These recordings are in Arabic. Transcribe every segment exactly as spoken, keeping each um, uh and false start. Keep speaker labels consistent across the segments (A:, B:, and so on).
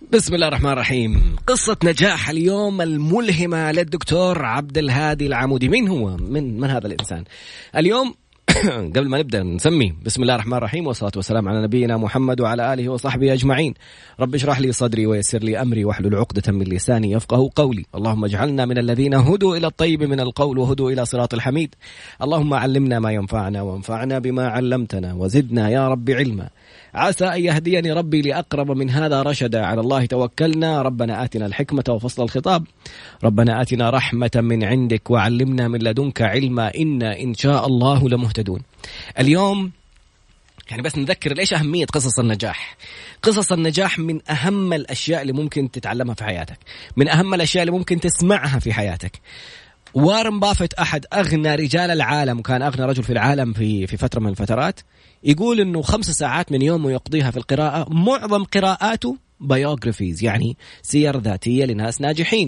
A: بسم الله الرحمن الرحيم. قصة نجاح اليوم الملهمة للدكتور عبد الهادي العمودي. مين هو؟ من من هذا الإنسان؟ اليوم قبل ما نبدأ نسمي بسم الله الرحمن الرحيم والصلاة والسلام على نبينا محمد وعلى آله وصحبه أجمعين. رب اشرح لي صدري ويسر لي أمري واحلل عقدة من لساني يفقه قولي. اللهم اجعلنا من الذين هدوا إلى الطيب من القول وهدوا إلى صراط الحميد. اللهم علمنا ما ينفعنا وانفعنا بما علمتنا وزدنا يا رب علما. عسى أن يهديني ربي لأقرب من هذا رشدا. على الله توكلنا. ربنا آتنا الحكمة وفصل الخطاب. ربنا آتنا رحمة من عندك وعلمنا من لدنك علما إنا إن شاء الله لمهتدون. اليوم يعني بس نذكر ليش أهمية قصص النجاح. قصص النجاح من أهم الأشياء اللي ممكن تتعلمها في حياتك، من أهم الأشياء اللي ممكن تسمعها في حياتك. وارن بافيت أحد أغنى رجال العالم، كان أغنى رجل في العالم في في فترة من الفترات، يقول إنه خمس ساعات من يومه يقضيها في القراءة. معظم قراءاته بايوغرافيز، يعني سير ذاتية لناس ناجحين.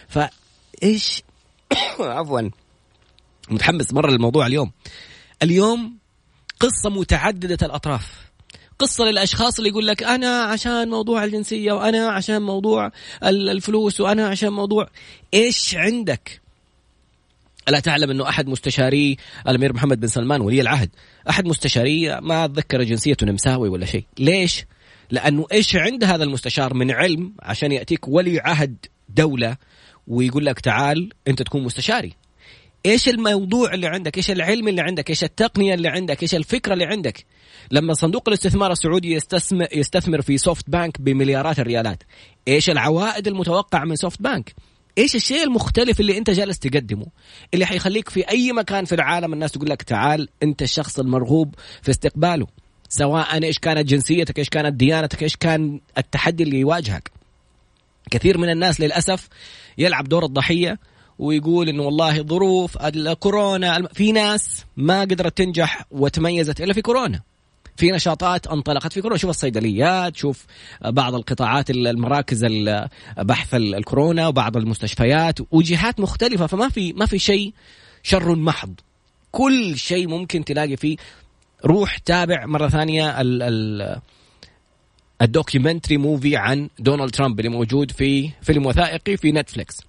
A: فإيش عفوا متحمس مرة للموضوع اليوم. اليوم قصة متعددة الأطراف، قصة للأشخاص اللي يقول لك أنا عشان موضوع الجنسية، وأنا عشان موضوع الفلوس، وأنا عشان موضوع. إيش عندك؟ ألا تعلم أنه أحد مستشاري الأمير محمد بن سلمان ولي العهد، أحد مستشاري ما أتذكر جنسيته نمساوي ولا شيء. ليش؟ لأنه إيش عند هذا المستشار من علم عشان يأتيك ولي عهد دولة ويقول لك تعال أنت تكون مستشاري؟ إيش الموضوع اللي عندك؟ إيش العلم اللي عندك؟ إيش التقنية اللي عندك؟ إيش الفكرة اللي عندك؟ لما صندوق الاستثمار السعودي يستثمر, يستثمر في سوفت بانك بمليارات الريالات، إيش العوائد المتوقعة من سوفت بانك؟ إيش الشيء المختلف اللي أنت جالس تقدمه اللي حيخليك في أي مكان في العالم الناس تقول لك تعال أنت الشخص المرغوب في استقباله، سواء إيش كانت جنسيتك، إيش كانت ديانتك، إيش كان التحدي اللي يواجهك. كثير من الناس للأسف يلعب دور الضحية ويقول إنه والله ظروف الكورونا. في ناس ما قدرت تنجح وتميزت إلا في كورونا، في نشاطات انطلقت في كورونا. شوف الصيدليات، شوف بعض القطاعات المراكز بحث الكورونا وبعض المستشفيات وجهات مختلفة. فما في ما في شيء شر محض، كل شيء ممكن تلاقي فيه. روح تابع مرة ثانية ال ال الدوكيومنتري موفي عن دونالد ترامب اللي موجود في فيلم وثائقي في نتفليكس.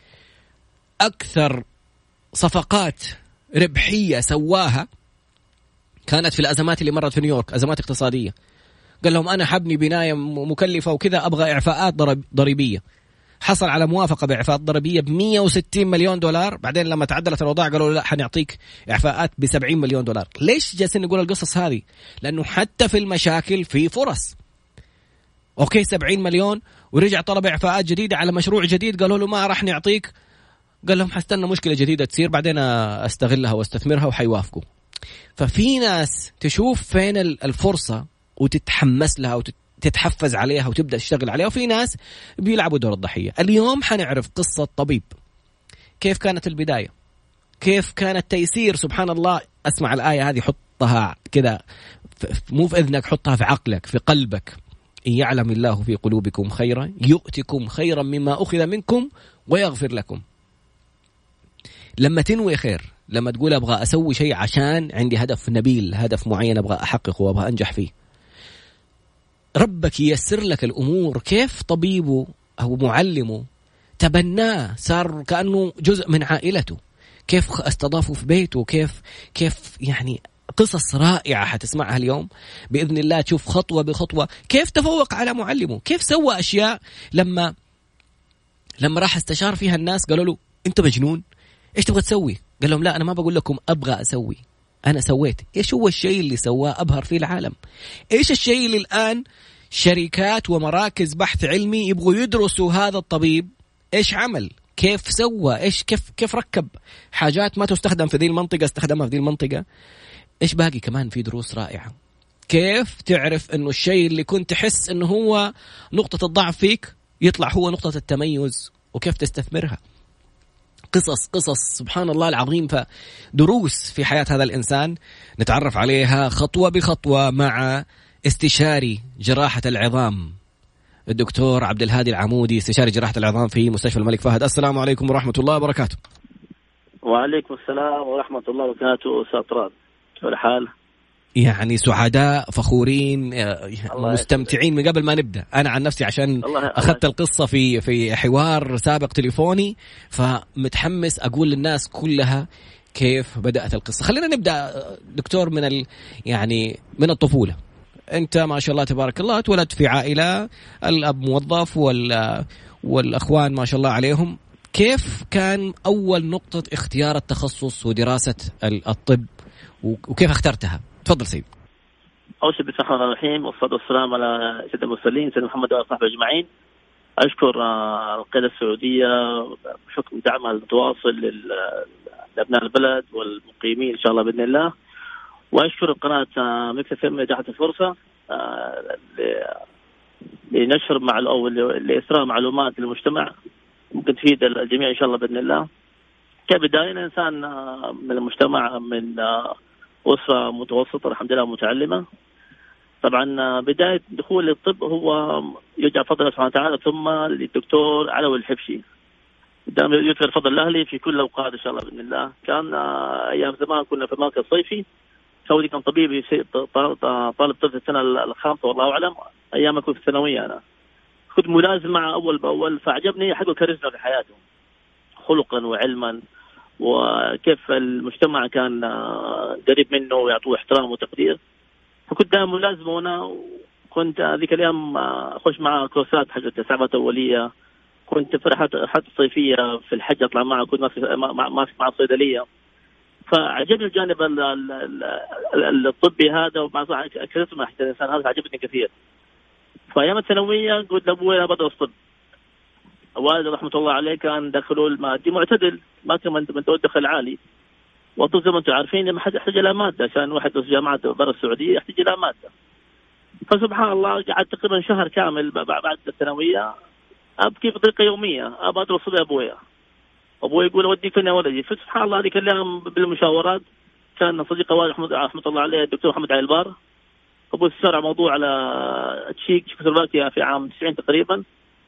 A: أكثر صفقات ربحية سواها كانت في الأزمات اللي مرت في نيويورك، أزمات اقتصادية. قال لهم أنا حبني بناية مكلفة وكذا، أبغى إعفاءات ضريبية. حصل على موافقة بإعفاءات ضريبية بمية وستين مليون دولار. بعدين لما تعدلت الوضع قالوا لا حنعطيك إعفاءات بسبعين مليون دولار. ليش جالسين نقول القصص هذه؟ لأنه حتى في المشاكل في فرص. أوكي سبعين مليون ورجع طلب إعفاءات جديدة على مشروع جديد، قالوا له ما راح نعطيك. قال لهم حستنى مشكلة جديدة تصير بعدين أستغلها واستثمرها وحيوافقوا. ففي ناس تشوف فين الفرصة وتتحمس لها وتتحفز عليها وتبدأ تشتغل عليها، وفي ناس بيلعبوا دور الضحية. اليوم حنعرف قصة طبيب، كيف كانت البداية، كيف كان التيسير. سبحان الله، أسمع الآية هذه حطها كذا مو في إذنك، حطها في عقلك في قلبك. إن يعلم الله في قلوبكم خيرا يؤتكم خيرا مما أخذ منكم ويغفر لكم. لما تنوي خير، لما تقول أبغى أسوي شيء عشان عندي هدف نبيل، هدف معين أبغى أحققه وأبغى أنجح فيه، ربك ييسر لك الأمور. كيف طبيبه أو معلمه تبناه، صار كأنه جزء من عائلته، كيف استضافه في بيته، كيف كيف يعني قصص رائعة حتسمعها اليوم بإذن الله. تشوف خطوة بخطوة كيف تفوق على معلمه، كيف سوى أشياء لما لما راح استشار فيها الناس قالوا له أنت مجنون، إيش تبغى تسوي؟ قال لهم لا أنا ما بقول لكم أبغى أسوي، أنا سويت. إيش هو الشيء اللي سواه أبهر في العالم؟ إيش الشيء اللي الآن شركات ومراكز بحث علمي يبغوا يدرسوا هذا الطبيب إيش عمل، كيف سوى، إيش كيف كيف ركب حاجات ما تستخدم في ذي المنطقة استخدمها في ذي المنطقة. إيش باقي كمان في دروس رائعة. كيف تعرف إنه الشيء اللي كنت تحس إنه هو نقطة الضعف فيك يطلع هو نقطة التميز، وكيف تستثمرها. قصص قصص سبحان الله العظيم. فدروس في حياة هذا الإنسان نتعرف عليها خطوة بخطوة مع استشاري جراحة العظام الدكتور عبد الهادي العمودي، استشاري جراحة العظام في مستشفى الملك فهد. السلام عليكم ورحمة الله وبركاته.
B: وعليكم السلام ورحمة الله وبركاته. أستاذ طراد، كيف الحال؟
A: يعني سعداء فخورين مستمتعين من قبل ما نبدأ. أنا عن نفسي عشان أخذت القصة في في حوار سابق تليفوني فمتحمس أقول للناس كلها كيف بدأت القصة. خلينا نبدأ دكتور من ال يعني من الطفولة. أنت ما شاء الله تبارك الله اتولدت في عائلة الأب موظف وال والأخوان ما شاء الله عليهم. كيف كان أول نقطة اختيار التخصص ودراسة الطب وكيف اخترتها؟ تفضل سيد.
B: أول شيء بسم الله الرحمن الرحيم والصلاة والسلام على سيد المرسلين سيد محمد وصحبه أجمعين. أشكر القيادة السعودية بحكم دعمها المتواصل لأبناء البلد والمقيمين إن شاء الله بإذن الله. وأشكر قناة ميكس إف إم إتاحة الفرصة لنشر مع أو لإسراء معلومات للمجتمع ممكن تفيد الجميع إن شاء الله بإذن الله. كبداية إنسان من المجتمع من أسرة متوسطة الحمد لله متعلمة. طبعا بداية دخول الطب هو يرجع فضل الله سبحانه وتعالى ثم للدكتور علوي الحبشي. دائما يذكر فضل الأهلي في كل أوقات إن شاء الله بإذن الله. كان أيام زمان كنا في المركز الصيفي، سعودي كان طبيبي طالب طب في السنة الخامسة والله أعلم، أيام أكون في الثانوية أنا كنت ملازم مع أول بأول، فعجبني حقه كاريزما في حياته خلقا وعلما وكيف المجتمع كان قريب منه ويعطوه احترام وتقدير. فكنت دائما ملازم هنا. كنت ذيك الأيام أخش مع كورسات حاجة الإسعافات الأولية، كنت في رحلات الصيفية في الحج أطلع معه، كنت ماسك ماسك مع الصيدلية. فعجبني الجانب الطبي هذا ومع كاريزما حتى الإنسان هذا عجبني كثير. فأيام الثانوية قلت لأبوي بدرس طب. والد رحمة الله عليه كان دخله المادي معتدل، ما كان من دخل عالي، وطول زي ما انتم عارفين لما حد يحتاج إلى مادة عشان واحد يدرس جامعة برا السعودية يحتاج إلى مادة. فسبحان الله قعدت تقريبا شهر كامل بعد الثانوية أبكي بطريقة يومية أبى أدرس طب أبويا. أبوي يقول أوديك فين يا ولدي؟ فسبحان الله هذيك الأيام بالمشاورات كان صديق والد رحمة الله عليه الدكتور محمد علي البار، أبو استشار موضوع على تشيك تشيكوسلوفاكيا في عام تسعين تقريبا.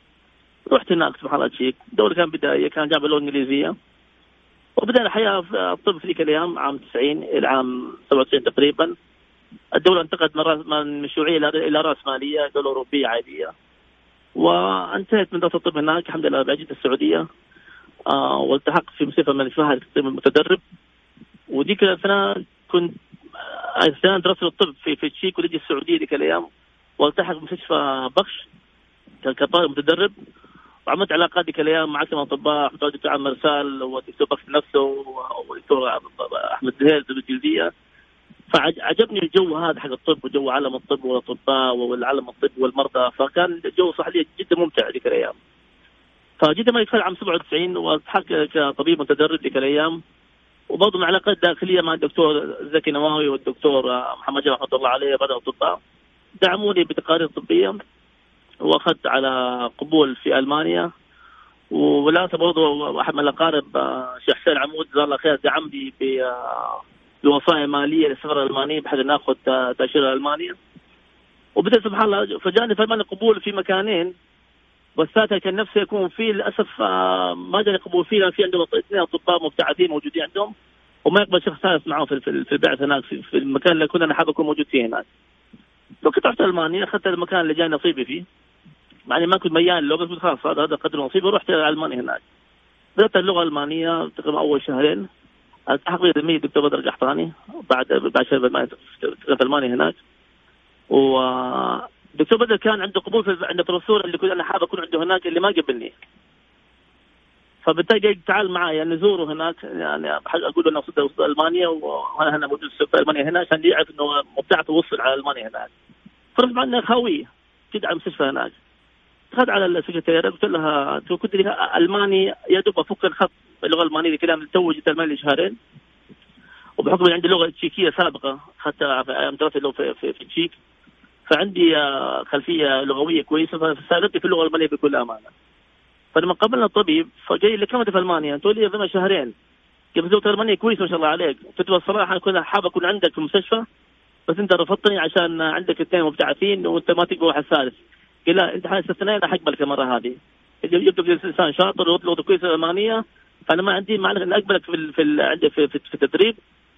B: رحت هناك سبحان الله تشيك، الدولة كان بداية كان جاب اللغة الإنجليزية، وبدأ الحياة في الطب في ذيك الأيام عام تسعين إلى عام سبعة وتسعين تقريبا. الدولة انتقلت من من مشروعية إلى رأس مالية، دولة أوروبية عادية، وانتهت من دراسة الطب هناك الحمد لله بعجة السعودية. آه والتحقت في مستشفى الملك فهد كطبيب متدرب. وديك السنة كنت سنة دراسة الطب في في تشيك ولجي السعودية ذيك الأيام، والتحق بمستشفى بخش كطالب متدرب. وعملت علاقات ذيك الأيام مع كمان أطباء مثل الدكتور عمر مرسال والدكتور بخش نفسه والدكتور أحمد زهير بالجلدية. فعجبني الجو هذا حق الطب وجو عالم الطب والأطباء والعالم الطب والمرضى، فكان الجو صح لي جدا ممتع ذيك الأيام. فجيت ما يدخل عام سبعة وتسعين والتحق كطبيب متدرب ذيك الأيام، وبرضه مع علاقات داخلية مع الدكتور زكي نواوي والدكتور محمد جمال رحمة الله عليه بعض الأطباء دعموني بتقارير طبية، وأخذت على قبول في ألمانيا. ولا برضه أحد من الأقارب شيخ حسين عمود جزاه الله خير دعمني بوصايا مالية للسفر الألمانية بحيث ناخذ تأشيرة ألمانيا. وبدأ سبحان الله فجاني في ألمانيا قبول في مكانين، والثالثة كان نفسي يكون فيه للأسف ما جاني قبول فيه لأن في عندهم اثنين أطباء مبتعثين موجودين عندهم وما يقبل شخص ثالث معه في في البعث هناك في المكان اللي كنا أنا حابب أكون موجود فيه هناك. فكنت رحت ألمانيا أخذت المكان اللي جاني نصيبي فيه، مع إني ما كنت ميال اللغة بس خلاص هذا هذا قدر نصيبي. ورحت ألمانيا هناك بدأت اللغة الألمانية تقريبا أول شهرين. التحق بي الدكتور بدر القحطاني بعد بعد شهر في ألمانيا هناك. ودكتور بدر كان عنده قبول في عند البروفيسور اللي كنت أنا حابب أكون عنده هناك اللي ما قبلني، فبالتالي تعال معي نزوره هناك يعني أقول أنا وصلت وصلت ألمانيا وأنا هنا موجود في ألمانيا هنا عشان يعرف إنه مبتعث ووصل على ألمانيا هناك. فرحت معنا خاوية كده على المستشفى هناك، دخلت على السكرتيرة قلت لها كنت لها ألماني يا دوب أفك الخط باللغة الألمانية ذي كلام توجت ألماني شهرين، وبحكم عندي لغة تشيكية سابقة حتى في أيام دراسة في في في تشيك، فعندي خلفية لغوية كويسة فساعدتني في اللغة الألمانية بكل أمانة. فلما قابلنا الطبيب فقال لي كم في ألمانيا؟ قلت له ضمن شهرين. قال لغة ألمانية كويسة ما شاء الله عليك. قلت له الصراحة كنت حابب أكون عندك في المستشفى بس أنت رفضتني عشان عندك اثنين مبتعثين وأنت ما تقبل واحد ثالث. قال لا أنت حاسس الثانية أنا حقبلك المرة هذه. يبدو إنسان شاطر ولغته كويسة ألمانية، فأنا ما عندي معنى أن أقبلك في في عندي في في التدريب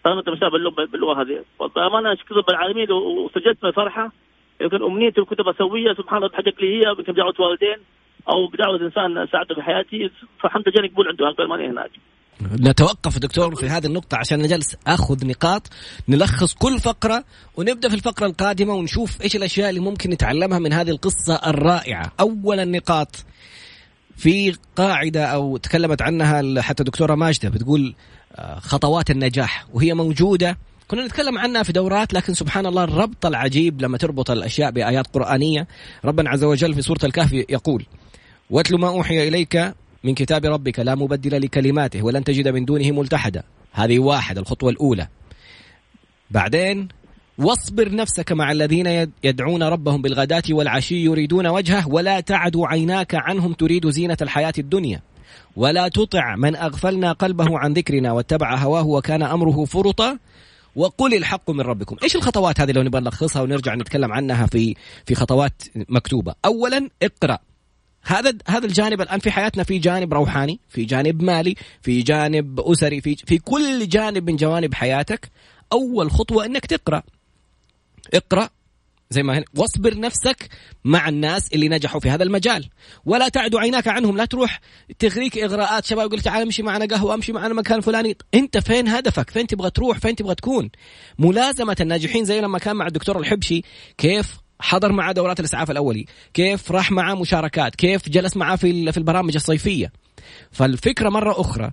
B: فأنا تمشى باللغة باللغة هذه. فأنا أشكر رب العالمين وسجدت من فرحة. يمكن أمنيتي الكتب أسويها سبحان الله بحاجة لي هي يمكن بدعوة والدين أو بدعوة إنسان ساعده في حياتي، فالحمد لله يقبل عنده قبل ما هناك.
A: نتوقف دكتور في هذه النقطة عشان نجلس أخذ نقاط نلخص كل فقرة ونبدأ في الفقرة القادمة ونشوف إيش الأشياء اللي ممكن نتعلمها من هذه القصة الرائعة. أولا النقاط في قاعدة أو تكلمت عنها حتى دكتورة ماجدة بتقول خطوات النجاح، وهي موجودة كنا نتكلم عنها في دورات، لكن سبحان الله الربط العجيب لما تربط الأشياء بآيات قرآنية. ربنا عز وجل في سورة الكهف يقول واتل ما أوحي إليك من كتاب ربك لا مبدل لكلماته ولن تجد من دونه ملتحدا. هذه واحد الخطوة الأولى. بعدين واصبر نفسك مع الذين يدعون ربهم بالغداة والعشي يريدون وجهه ولا تعد عيناك عنهم تريد زينة الحياة الدنيا ولا تطع من أغفلنا قلبه عن ذكرنا واتبع هواه وكان أمره فرطا وقل الحق من ربكم. إيش الخطوات هذه لو نبغى نلخصها ونرجع نتكلم عنها في في خطوات مكتوبة؟ أولا اقرأ. هذا هذا الجانب الآن في حياتنا، في جانب روحاني، في جانب مالي، في جانب أسري، في في كل جانب من جوانب حياتك. أول خطوة إنك تقرأ. اقرأ زي ما هنا، واصبر نفسك مع الناس اللي نجحوا في هذا المجال ولا تعد عيناك عنهم. لا تروح تغريك إغراءات شباب يقول تعال امشي معنا قهوة، امشي معنا مكان فلاني. انت فين هدفك؟ فين تبغى تروح؟ فين تبغى تكون؟ ملازمة الناجحين زي لما كان مع الدكتور الحبشي، كيف حضر معه دورات الإسعاف الأولي، كيف راح معه مشاركات، كيف جلس معه في في البرامج الصيفية. فالفكرة مرة أخرى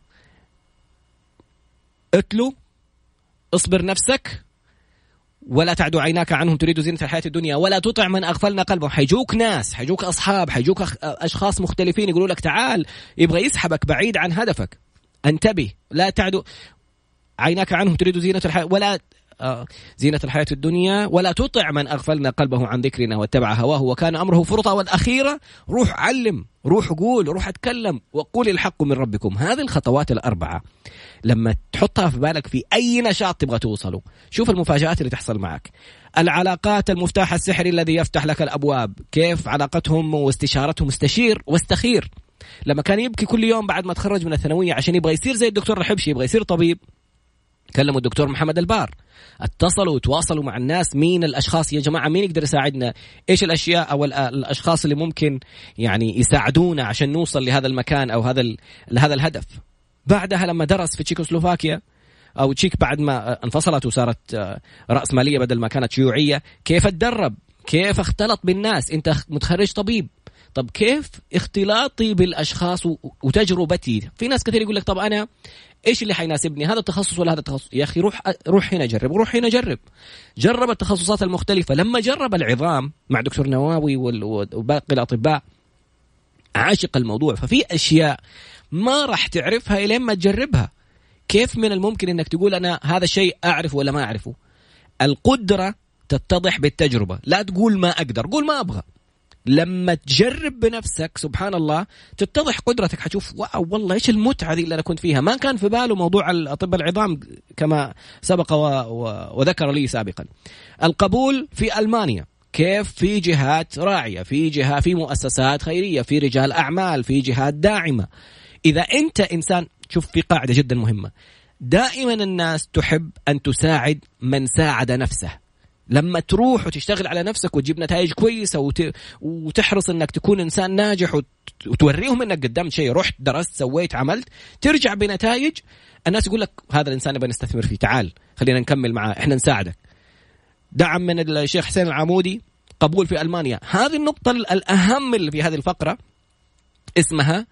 A: اتلو، اصبر نفسك ولا تعد عيناك عنهم تريد زينة الحياة الدنيا ولا تطع من أغفلنا قلبه. حيجوك ناس، حيجوك أصحاب، حيجوك أشخاص مختلفين يقولوا لك تعال، يبغى يسحبك بعيد عن هدفك. انتبه، لا تعد عيناك عنهم تريد زينة الحياة ولا آه زينة الحياة الدنيا ولا تطع من أغفلنا قلبه عن ذكرنا واتبع هواه وكان أمره فرطا. والأخيرة روح علم، روح قول، روح اتكلم وقول الحق من ربكم. هذه الخطوات الأربعة لما تحطها في بالك في أي نشاط تبغى توصله، شوف المفاجآت اللي تحصل معك. العلاقات المفتاح السحري الذي يفتح لك الأبواب، كيف علاقتهم واستشارتهم، استشير واستخير. لما كان يبكي كل يوم بعد ما تخرج من الثانوية عشان يبغى يصير زي الدكتور الحبشي، يبغى يصير طبيب، كلموا الدكتور محمد البار، اتصلوا وتواصلوا مع الناس. مين الأشخاص يا جماعة، مين يقدر يساعدنا، إيش الأشياء أو الأشخاص اللي ممكن يعني يساعدونا عشان نوصل لهذا المكان أو هذا لهذا الهدف. بعدها لما درس في تشيكوسلوفاكيا أو تشيك بعد ما انفصلت وصارت رأسمالية بدل ما كانت شيوعية، كيف اتدرب، كيف اختلط بالناس. أنت متخرج طبيب، طب كيف اختلاطي بالأشخاص وتجربتي. في ناس كثير يقول لك طب أنا إيش اللي حيناسبني، هذا التخصص ولا هذا التخصص؟ يا أخي روح روح هنا جرب، روح هنا جرب، جرب التخصصات المختلفة. لما جرب العظام مع دكتور نواوي وباقي الأطباء عاشق الموضوع. ففي أشياء ما راح تعرفها إلى ما تجربها. كيف من الممكن أنك تقول أنا هذا الشيء أعرفه ولا ما أعرفه؟ القدرة تتضح بالتجربة. لا تقول ما أقدر، قول ما أبغى. لما تجرب بنفسك سبحان الله تتضح قدرتك، حتشوف واو والله إيش المتعة دي اللي أنا كنت فيها. ما كان في باله موضوع الأطباء العظام كما سبق و... و... وذكر لي سابقا. القبول في ألمانيا، كيف في جهات راعية، في جهة، في مؤسسات خيرية، في رجال أعمال، في جهات داعمة. إذا أنت إنسان، شوف في قاعدة جدا مهمة، دائما الناس تحب أن تساعد من ساعد نفسه. لما تروح وتشتغل على نفسك وتجيب نتائج كويسة وت... وتحرص أنك تكون إنسان ناجح وت... وتوريهم أنك قدمت شيء، رحت درست سويت عملت، ترجع بنتائج، الناس يقول لك هذا الإنسان نبغى نستثمر فيه، تعال خلينا نكمل معاه، إحنا نساعدك. دعم من الشيخ حسين العمودي، قبول في ألمانيا. هذه النقطة الأهم اللي في هذه الفقرة اسمها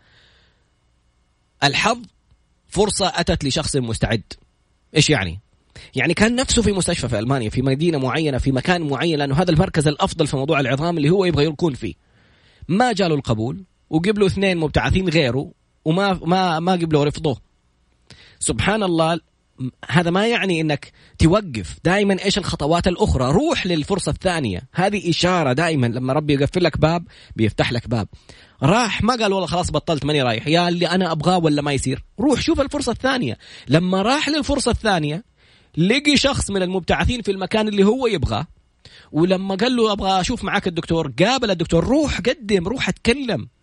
A: الحظ فرصة أتت لشخص مستعد. إيش يعني؟ يعني كان نفسه في مستشفى في ألمانيا، في مدينة معينة، في مكان معين، لأنه هذا المركز الأفضل في موضوع العظام اللي هو يبغى يكون فيه. ما جاله القبول وقبلوا اثنين مبتعثين غيره وما ما ما قبلوا رفضوه. سبحان الله. هذا ما يعني إنك توقف. دائما إيش الخطوات الأخرى؟ روح للفرصة الثانية. هذه إشارة دائما لما ربي يقفل لك باب بيفتح لك باب. راح ما قال والله خلاص بطلت ماني رايح، يا اللي أنا أبغاه ولا ما يصير، روح شوف الفرصة الثانية. لما راح للفرصة الثانية لقي شخص من المبتعثين في المكان اللي هو يبغاه، ولما قال له أبغى أشوف معك الدكتور، قابل الدكتور، روح قدم، روح اتكلم.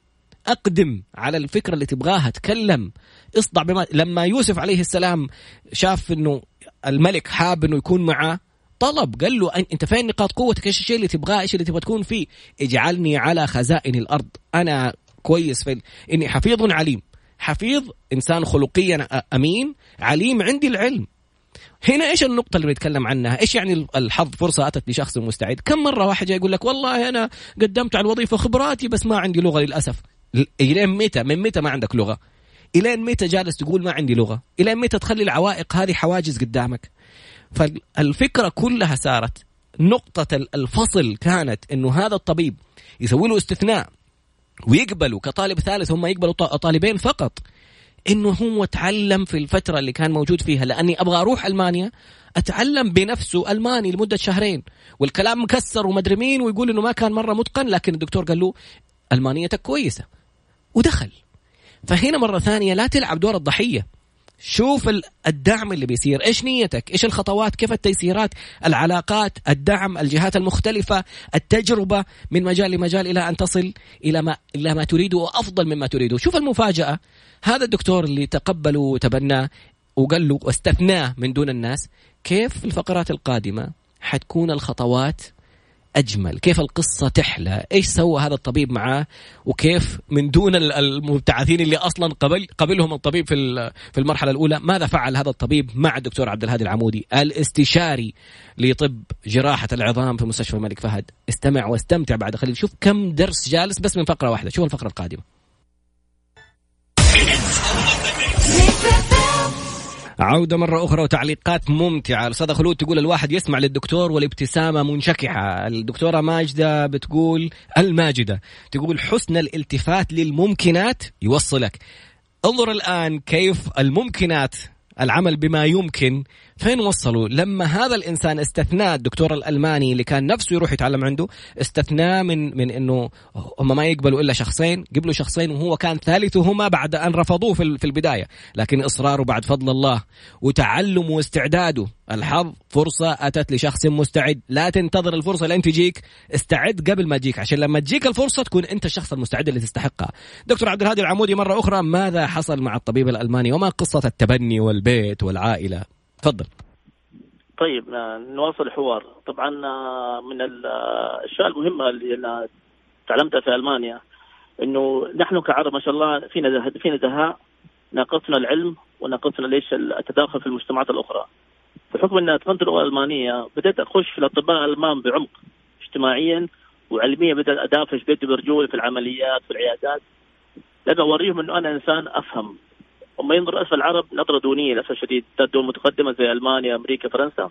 A: أقدم على الفكرة اللي تبغاها، تكلم، اصدع بما. لما يوسف عليه السلام شاف إنه الملك حاب إنه يكون معه، طلب، قال له أنت فين نقاط قوتك، إيش الشيء اللي تبغاه، إيش اللي تبغى تكون فيه، اجعلني على خزائن الأرض، أنا كويس في إني حفيظ عليم. حفيظ إنسان خلقيا أمين، عليم عندي العلم. هنا إيش النقطة اللي بنتكلم عنها؟ إيش يعني الحظ فرصة أتت لشخص مستعد؟ كم مرة واحد جاي يقول لك والله أنا قدمت على الوظيفة خبراتي بس ما عندي لغة للأسف. إلين متى؟ من متى ما عندك لغة؟ إلين متى جالس تقول ما عندي لغة؟ إلين متى تخلي العوائق هذه حواجز قدامك؟ فالفكرة كلها صارت نقطة الفصل كانت إنه هذا الطبيب يسوي له استثناء ويقبلوا كطالب ثالث، هم يقبلوا طالبين فقط، إنه هو تعلم في الفترة اللي كان موجود فيها. لأني أبغى أروح ألمانيا أتعلم بنفسه ألماني لمدة شهرين، والكلام مكسر ومدري مين، ويقول إنه ما كان مرة متقن، لكن الدكتور قال له ألمانيتك كويسة ودخل. فهنا مرة ثانية لا تلعب دور الضحية، شوف الدعم اللي بيصير، إيش نيتك، إيش الخطوات، كيف التيسيرات، العلاقات، الدعم، الجهات المختلفة، التجربة من مجال لمجال إلى أن تصل إلى ما إلى ما تريده وأفضل مما تريده. شوف المفاجأة، هذا الدكتور اللي تقبله وتبناه وقال له واستثناه من دون الناس، كيف في الفقرات القادمة حتكون الخطوات أجمل، كيف القصة تحلى، إيش سوى هذا الطبيب معاه، وكيف من دون المبتعثين اللي أصلا قبل قبلهم الطبيب في في المرحلة الأولى، ماذا فعل هذا الطبيب مع الدكتور عبد الهادي العمودي الاستشاري لطب جراحة العظام في مستشفى الملك فهد. استمع واستمتع بعد خليل، شوف كم درس جالس بس من فقرة واحدة. شوف الفقرة القادمة. عودة مرة أخرى وتعليقات ممتعة. الأستاذة خلود تقول الواحد يسمع للدكتور والابتسامة منشكحة. الدكتورة ماجدة بتقول الماجدة تقول حسن الالتفات للممكنات يوصلك. انظر الآن كيف الممكنات، العمل بما يمكن، فين وصلوا لما هذا الإنسان استثناء الدكتور الألماني اللي كان نفسه يروح يتعلم عنده، استثناء من من إنه هم ما يقبلوا إلا شخصين، قبلوا شخصين وهو كان ثالثهما بعد أن رفضوه في البداية، لكن إصراره بعد فضل الله وتعلم واستعداده. الحظ فرصة أتت لشخص مستعد، لا تنتظر الفرصة لين تجيك، استعد قبل ما تجيك عشان لما تجيك الفرصة تكون أنت الشخص المستعد اللي تستحقها. دكتور عبد الهادي العمودي مرة أخرى، ماذا حصل مع الطبيب الألماني وما قصة التبني والبيت والعائلة؟ تفضل.
B: طيب نواصل الحوار. طبعا من الأشياء المهمة اللي أنا تعلمتها في ألمانيا إنه نحن كعرب ما شاء الله فينا فينا دهاء، ناقصنا العلم وناقصنا ليش التداخل في المجتمعات الأخرى. بحكم أن أتقنت اللغة الألمانية بدأت أخش في الأطباء الألمان بعمق اجتماعيا وعلميا، بدأت أدافش بيدي برجول في العمليات في العيادات، لأن أوريهم إنه أنا إنسان أفهم. وما ينظر أسفل العرب نظرة دونية للأسف الشديد، دول متقدمة زي ألمانيا أمريكا فرنسا،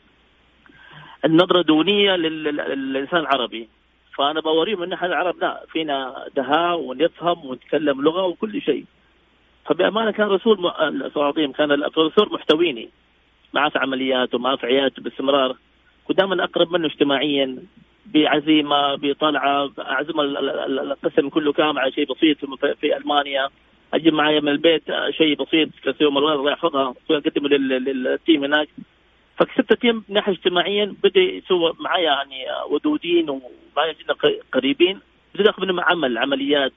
B: النظرة دونية للإنسان العربي. فأنا بوريهم إن إحنا العرب لا فينا دهاء ونفهم ونتكلم لغة وكل شيء. فبأمانة كان رسول عظيم، كان البروفيسور محتويني معه في عملياته ومعه في عيادته باستمرار، كنت دائما أقرب منه اجتماعيا بعزيمة بطلعة، أعزم القسم كله كام على شيء بسيط في ألمانيا، أجيب معايا من البيت شيء بسيط كسيوم الولد الله يحفظها أقدمه للتيم هناك. فكسبت التيم من ناحية اجتماعيا، بدأ يسوي معايا يعني ودودين ومعايا جدا قريبين، بدأ أخذ منهم عمل عمليات.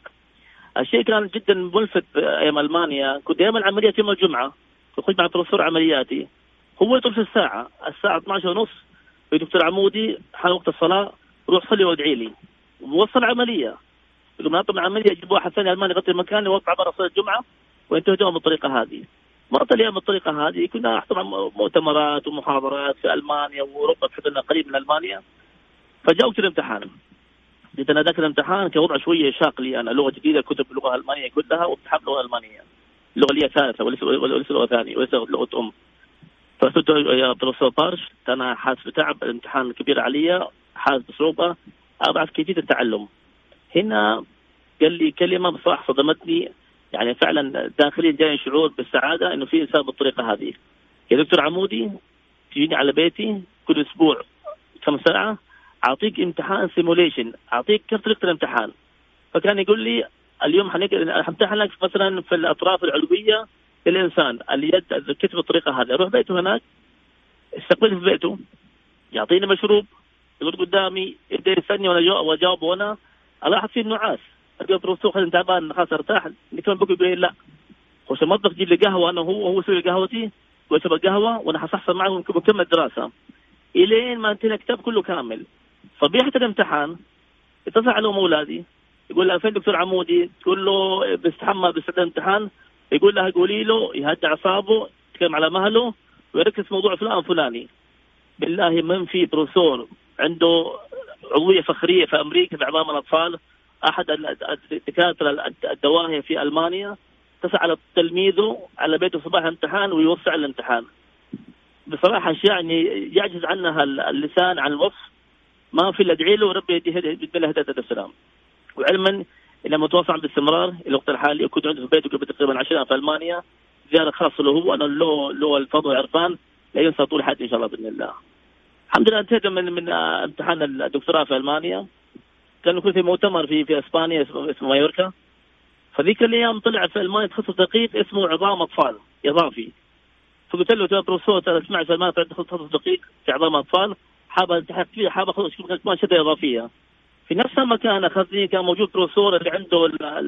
B: الشيء كان جدا ملفت أيام ألمانيا، كنت أيام العمليات يوم الجمعة أخذ مع بروفيسور عملياتي، هو يطلب في الساعة الساعة اثناشر ونص في دكتور عمودي حان وقت الصلاة روح صلي وادعي لي، ووصل عملية يقول ناطر العملية يجيب واحد ثاني ألماني يغطي المكان يوقع برا صلاة الجمعة وينتهي بالطريقة هذه. مرت اليوم بالطريقة هذه كنا نحضر مؤتمرات ومحاضرات في ألمانيا وأوروبا بحيث أننا قريب من ألمانيا. فجاءت الامتحان، جيت أنا ذاك الامتحان كوضع شوية شاق لي، أنا لغة جديدة كتب اللغة الألمانية كلها وامتحان اللغة الألمانية اللغة اللي هي ثالثة وليس وليس لغة ثانية وليس لغة أم. فقلت يا بروفيسور طارش أنا حاسس بتعب، الامتحان كبير علي، حاسس بصعوبة، أضعف كيفية التعلم. هنا قال لي كلمة بصراحة صدمتني، يعني فعلا داخليا جاي شعور بالسعادة إنه في إنسان بالطريقة هذه. يا دكتور عمودي تجيني على بيتي كل أسبوع كم ساعة أعطيك امتحان سيموليشن، أعطيك كيف طريقة الامتحان. فكان يقول لي اليوم حنمتحن لك مثلا في الأطراف العلوية للإنسان، اليد الكتف بالطريقة هذه، أروح بيته هناك استقبله في بيته يعطيني مشروب يقول قدامي يبدأ يسألني وأنا أجاوب وأنا ألاحظ فيه النعاس، قلت بروفيسور خلينا تعبان خلاص ارتاح. نكمل بكره يقول لا خش المطبخ جيب لي قهوه انا هو هو يسوي قهوتي ويشرب القهوه وانا حصحصل معه ونكمل دراسه الين ما انتهى الكتاب كله كامل. صبيحه الامتحان اتصل على ام اولادي يقول لها فين دكتور عمودي؟ تقول له بيستحمى باستعداد الامتحان. يقول لها قولي له يهدى اعصابه يتكلم على مهله ويركز في موضوع فلان فلاني. بالله من في بروفيسور عنده عضويه فخريه في امريكا في اعضاء الاطفال، احد الدكاتره الدواهيه في المانيا اتصل على تلميذه على بيته صباح الامتحان ويوسع الامتحان. بصراحه اشياء يعني يعجز عنها اللسان عن الوصف. ما في الا ادعي له وربي يديه هدايه السلام. وعلما لما متواصل باستمرار الوقت الحالي كنت عنده في بيته قبل تقريبا عشرين في المانيا زياره خاصه له هو. انا له له الفضل والعرفان لا ينسى طول حياتي ان شاء الله باذن الله. الحمد لله انتهيت من من امتحان الدكتوراه في المانيا. كان كنت في مؤتمر في في اسبانيا اسمه اسمه مايوركا. فذيك الايام طلع في المانيا تخصص دقيق اسمه عظام اطفال اضافي. فقلت له يا بروفيسور اسمع في المانيا تخصص دقيق في عظام اطفال حابه تحقق فيه حابه اخذ كمان شهاده اضافيه. في نفس المكان اخذني كان موجود بروفيسور اللي عنده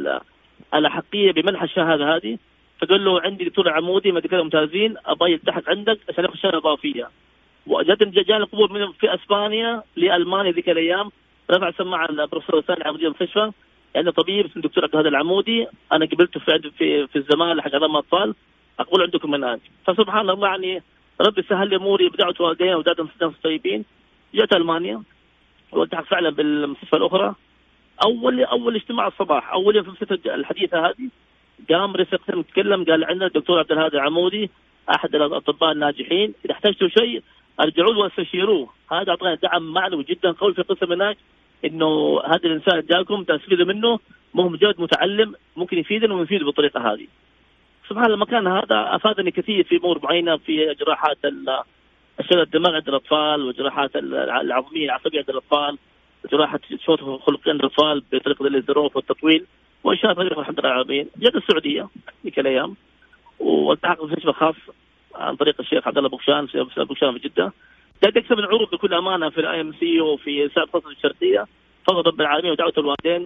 B: الاحقيه بمنح الشهاده هذه. فقال له عندي دكتور عمودي مدرسة ممتازين ابغى يلتحق عندك عشان ياخذ شهاده اضافيه. وجدني جاني قبول من في اسبانيا لالمانيا ذيك الايام. رفع سماعه البروفيسور الثاني عمودي المستشفى يعني طبيب اسمه الدكتور عبد الهادي العمودي انا قبلته في في في الزمالة حق عظام الاطفال اقول عندكم من الان. فسبحان الله يعني ربي سهل لي اموري بدعوه والدين ودعوه الناس الطيبين. جاءت المانيا والتحق فعلا بالمستشفى الاخرى. اول اول اجتماع الصباح اول يوم في المستشفى الحديثه هذه قام رئيس يتكلم قال عندنا الدكتور عبد الهادي العمودي احد الاطباء الناجحين اذا احتجتوا شيء ارجعوا له واستشيروه. هذا اعطانا دعم معنوي جدا قوي في قسم هناك انه هذا الانسان جاكم تستفيدوا منه مو مجرد متعلم ممكن يفيدنا ويفيد بالطريقه هذه. سبحان الله المكان هذا افادني كثير في امور معينه في جراحات الشلل الدماغ عند الاطفال وجراحات العظميه العصبيه عند الاطفال وجراحه شوط خلقين الاطفال بطريقه الليزروف والتطويل واشياء غيرها الحمد لله العالمين. جت السعوديه ذيك الايام والتحق في مستشفى خاص عن طريق الشيخ عبد الله بوكشان في بوكشان في جده. بدأت أكسب العروض بكل أمانة في الآي إم سي وفي سائر الخطط الشرقية فضل رب العالمين ودعوة الوالدين.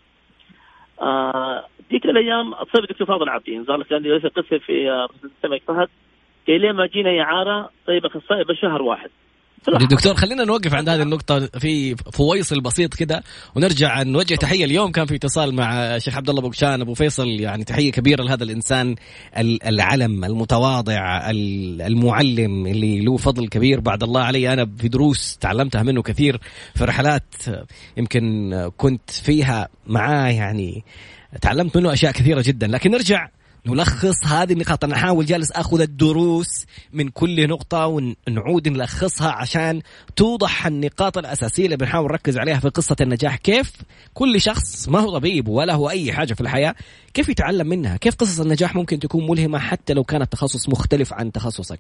B: آه ديك الأيام أتصل بدكتور فاضل عبدين ظهر كان لي قصة في سمك فهد قال لي ما جينا إعارة طيب أخصائي بشهر واحد.
A: دكتور خلينا نوقف عند هذه النقطة في فويصل بسيط كده ونرجع نوجه تحية. اليوم كان في اتصال مع الشيخ عبد الله بوكشان أبو فيصل يعني تحية كبيرة لهذا الإنسان العلم المتواضع المعلم اللي له فضل كبير بعد الله علي. أنا في دروس تعلمتها منه كثير في رحلات يمكن كنت فيها معاه يعني تعلمت منه أشياء كثيرة جدا. لكن نرجع نلخص هذه النقاط. أنا أحاول جالس أخذ الدروس من كل نقطة ونعود نلخصها عشان توضح النقاط الأساسية اللي بنحاول نركز عليها في قصة النجاح. كيف كل شخص ما هو طبيب ولا هو أي حاجة في الحياة كيف يتعلم منها. كيف قصص النجاح ممكن تكون ملهمة حتى لو كانت تخصص مختلف عن تخصصك.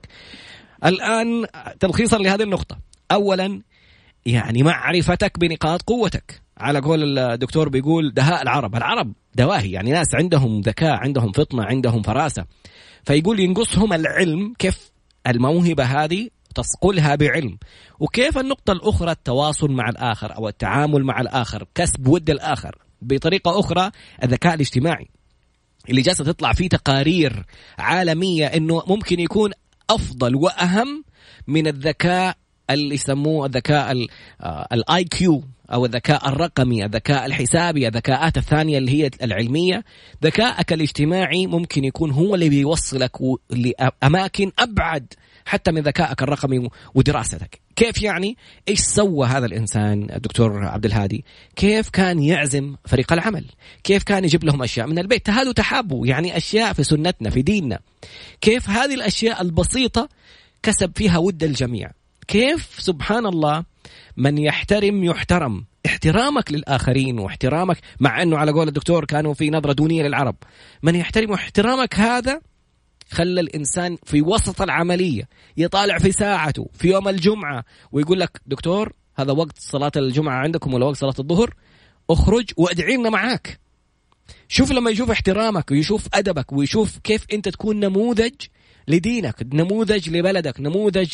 A: الآن تلخيصا لهذه النقطة. أولا يعني معرفتك بنقاط قوتك. على قول الدكتور بيقول دهاء العرب. العرب دواهي يعني ناس عندهم ذكاء عندهم فطنة عندهم فراسة. فيقول ينقصهم العلم كيف الموهبة هذه تصقلها بعلم. وكيف النقطة الأخرى التواصل مع الآخر أو التعامل مع الآخر كسب ود الآخر. بطريقة أخرى الذكاء الاجتماعي اللي جالسة تطلع فيه تقارير عالمية إنه ممكن يكون أفضل وأهم من الذكاء اللي يسموه الذكاء الاي كيو أو الذكاء الرقمي الذكاء الحسابي الذكاءات الثانية اللي هي العلمية. ذكائك الاجتماعي ممكن يكون هو اللي بيوصلك لأماكن أبعد حتى من ذكائك الرقمي ودراستك. كيف يعني؟ إيش سوى هذا الإنسان الدكتور عبد الهادي؟ كيف كان يعزم فريق العمل؟ كيف كان يجيب لهم أشياء من البيت؟ تهادوا تحابوا يعني أشياء في سنتنا في ديننا. كيف هذه الأشياء البسيطة كسب فيها ود الجميع. كيف سبحان الله من يحترم يحترم. احترامك للآخرين واحترامك مع أنه على قول الدكتور كانوا في نظرة دونية للعرب. من يحترم احترامك هذا خلى الإنسان في وسط العملية يطالع في ساعته في يوم الجمعة ويقول لك دكتور هذا وقت صلاة الجمعة عندكم ولا وقت صلاة الظهر اخرج وادعي لنا معاك. شوف لما يشوف احترامك ويشوف أدبك ويشوف كيف أنت تكون نموذج لدينك نموذج لبلدك نموذج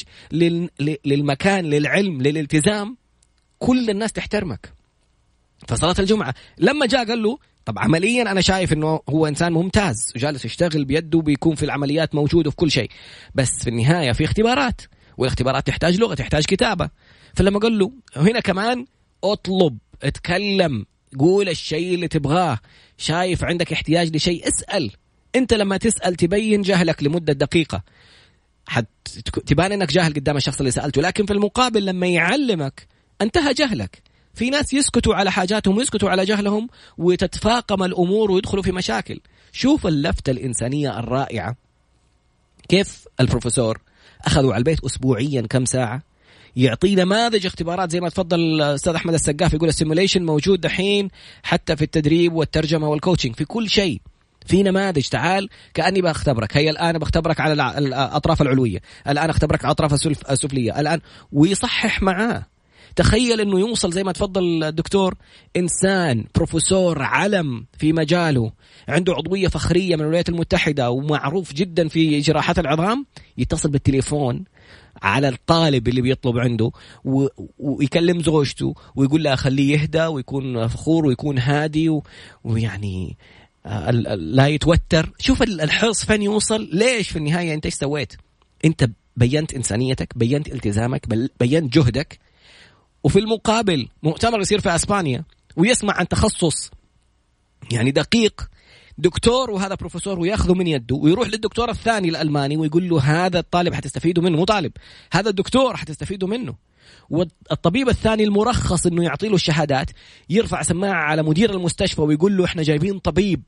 A: للمكان للعلم للالتزام كل الناس تحترمك. فصلاة الجمعة لما جاء قال له طب عمليا أنا شايف إنه هو إنسان ممتاز وجالس يشتغل بيده وبيكون في العمليات موجود وفي كل شيء، بس في النهاية في اختبارات، والاختبارات تحتاج لغة، تحتاج كتابة. فلما قال له هنا كمان اطلب، اتكلم، قول الشيء اللي تبغاه، شايف عندك احتياج لشيء اسأل. انت لما تسأل تبين جهلك لمدة دقيقة، حت تبان انك جاهل قدام الشخص اللي سألته، لكن في المقابل لما يعلمك انتهى جهلك. في ناس يسكتوا على حاجاتهم ويسكتوا على جهلهم وتتفاقم الأمور ويدخلوا في مشاكل. شوف اللفتة الإنسانية الرائعة، كيف البروفيسور أخذوا على البيت أسبوعيا كم ساعة يعطي نماذج اختبارات زي ما تفضل الأستاذ أحمد السقاف يقول السيموليشن موجود دحين حتى في التدريب والترجمة والكوتشنج، في كل شيء في نماذج. تعال كأني بختبرك، هيا الآن بختبرك على الأطراف العلوية، الآن اختبرك على الأطراف السفلية الآن، ويصحح معاه. تخيل أنه يوصل زي ما تفضل الدكتور إنسان بروفيسور علم في مجاله، عنده عضوية فخرية من الولايات المتحدة ومعروف جدا في جراحات العظام، يتصل بالتليفون على الطالب اللي بيطلب عنده و... ويكلم زوجته ويقول لها خليه يهدى ويكون فخور ويكون هادي و... ويعني لا يتوتر. شوف الحرص فين يوصل. ليش؟ في النهاية أنت إيش سويت؟ أنت بينت إنسانيتك، بينت التزامك، بينت جهدك. وفي المقابل مؤتمر يصير في أسبانيا ويسمع عن تخصص يعني دقيق دكتور وهذا بروفيسور وياخذه من يده ويروح للدكتور الثاني الألماني ويقول له هذا الطالب حتستفيدوا منه، مو طالب، هذا الدكتور حتستفيدوا منه. والطبيب الثاني المرخص إنه يعطي له الشهادات يرفع سماعة على مدير المستشفى ويقول له إحنا جايبين طبيب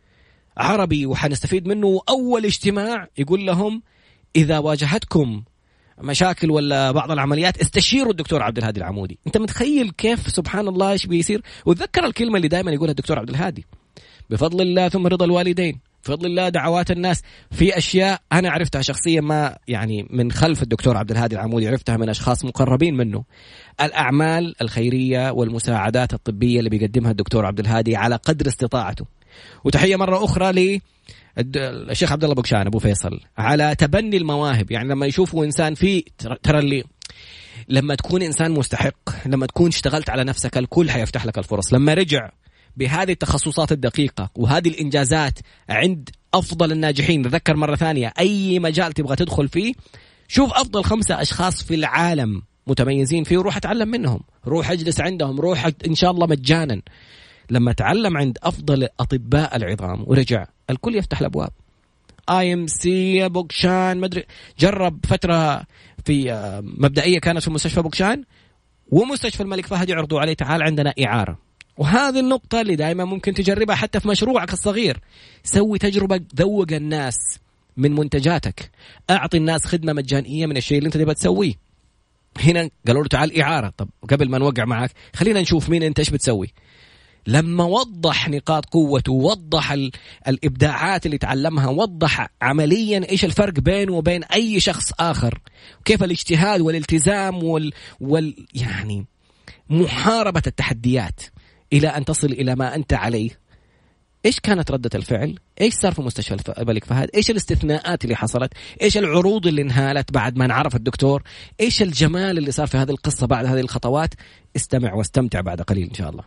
A: عربي وحنستفيد منه. وأول اجتماع يقول لهم إذا واجهتكم مشاكل ولا بعض العمليات استشيروا الدكتور عبد الهادي العمودي. انت متخيل كيف سبحان الله ايش بيصير؟ وتذكر الكلمة اللي دائما يقولها الدكتور عبد الهادي، بفضل الله ثم رضا الوالدين، بفضل الله دعوات الناس. في أشياء أنا عرفتها شخصيا ما يعني من خلف الدكتور عبد الهادي العمودي، عرفتها من أشخاص مقربين منه. الأعمال الخيرية والمساعدات الطبية اللي بيقدمها الدكتور عبد الهادي على قدر استطاعته. وتحية مرة أخرى لي الشيخ عبد الله بوكشان أبو فيصل على تبني المواهب. يعني لما يشوفوا إنسان فيه، ترى اللي لما تكون إنسان مستحق، لما تكون اشتغلت على نفسك، الكل حيفتح لك الفرص. لما رجع بهذه التخصصات الدقيقة وهذه الإنجازات عند أفضل الناجحين، تذكر مرة ثانية أي مجال تبغى تدخل فيه شوف أفضل خمسة أشخاص في العالم متميزين فيه وروح أتعلم منهم، روح أجلس عندهم، روح إن شاء الله مجانا. لما تعلم عند أفضل أطباء العظام ورجع الكل يفتح الأبواب. آي إم سي بوكشان مدري، جرب فترة في مبدئية كانت في مستشفى بوكشان ومستشفى الملك فهد يعرضوا عليه تعال عندنا إعارة. وهذه النقطة اللي دائما ممكن تجربها حتى في مشروعك الصغير. سوي تجربة، ذوق الناس من منتجاتك، أعطي الناس خدمة مجانية من الشيء اللي أنت تبغى تسويه. هنا قالوا له تعال إعارة، طب قبل ما نوقع معك خلينا نشوف مين أنت إيش بتسوي. لما وضح نقاط قوته، وضح الإبداعات اللي تعلمها، وضح عمليا إيش الفرق بينه وبين أي شخص آخر، وكيف الاجتهاد والالتزام وال, وال... يعني محاربة التحديات إلى أن تصل إلى ما أنت عليه. إيش كانت ردة الفعل؟ إيش صار في مستشفى الملك فهد؟ إيش الاستثناءات اللي حصلت؟ إيش العروض اللي انهالت بعد ما نعرف الدكتور؟ إيش الجمال اللي صار في هذه القصة بعد هذه الخطوات؟ استمع واستمتع بعد قليل إن شاء الله.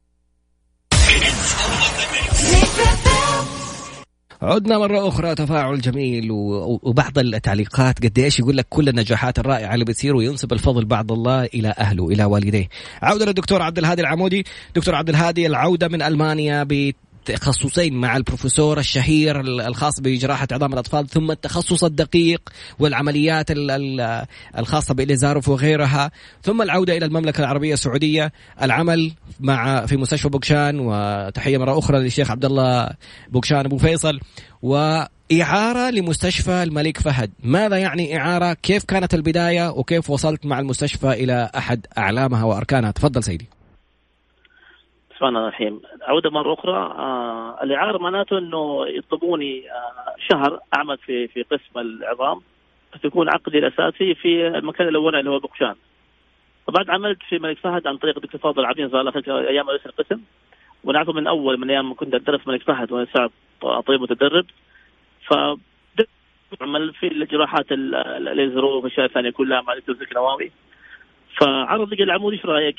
A: عدنا مرة أخرى، تفاعل جميل وبعض التعليقات قد إيش يقول لك كل النجاحات الرائعة اللي بتصير وينسب الفضل بعد الله إلى أهله إلى والديه. عودة للدكتور عبد الهادي العمودي. دكتور عبد الهادي العودة من ألمانيا بتخصصين مع البروفيسور الشهير الخاص بجراحة عظام الأطفال، ثم التخصص الدقيق والعمليات الخاصة بإليزاروف وغيرها، ثم العودة إلى المملكة العربية السعودية، العمل مع في مستشفى بوكشان. وتحية مرة أخرى للشيخ عبد الله بوكشان أبو فيصل. وإعارة لمستشفى الملك فهد. ماذا يعني إعارة؟ كيف كانت البداية وكيف وصلت مع المستشفى إلى أحد أعلامها وأركانها؟ تفضل سيدي.
B: بسم الله الرحمن الرحيم. عودة مرة أخرى. آه الإعارة معناته إنه يطلبوني آه شهر أعمل في في قسم العظام، بس يكون عقدي الأساسي في المكان الأولاني اللي هو بوكشان. وبعد عملت في الملك فهد عن طريق الدكتور فاضل عبدين صار له أيام رئيس القسم، ونعرفه من أول من أيام كنت أدرس الملك فهد وأنا ساعة طبيب متدرب. فبدأت أعمل في الجراحات الليزر والأشياء الثانية كلها مع الدكتور نواوي. فعرض لي العمودي إيش رأيك؟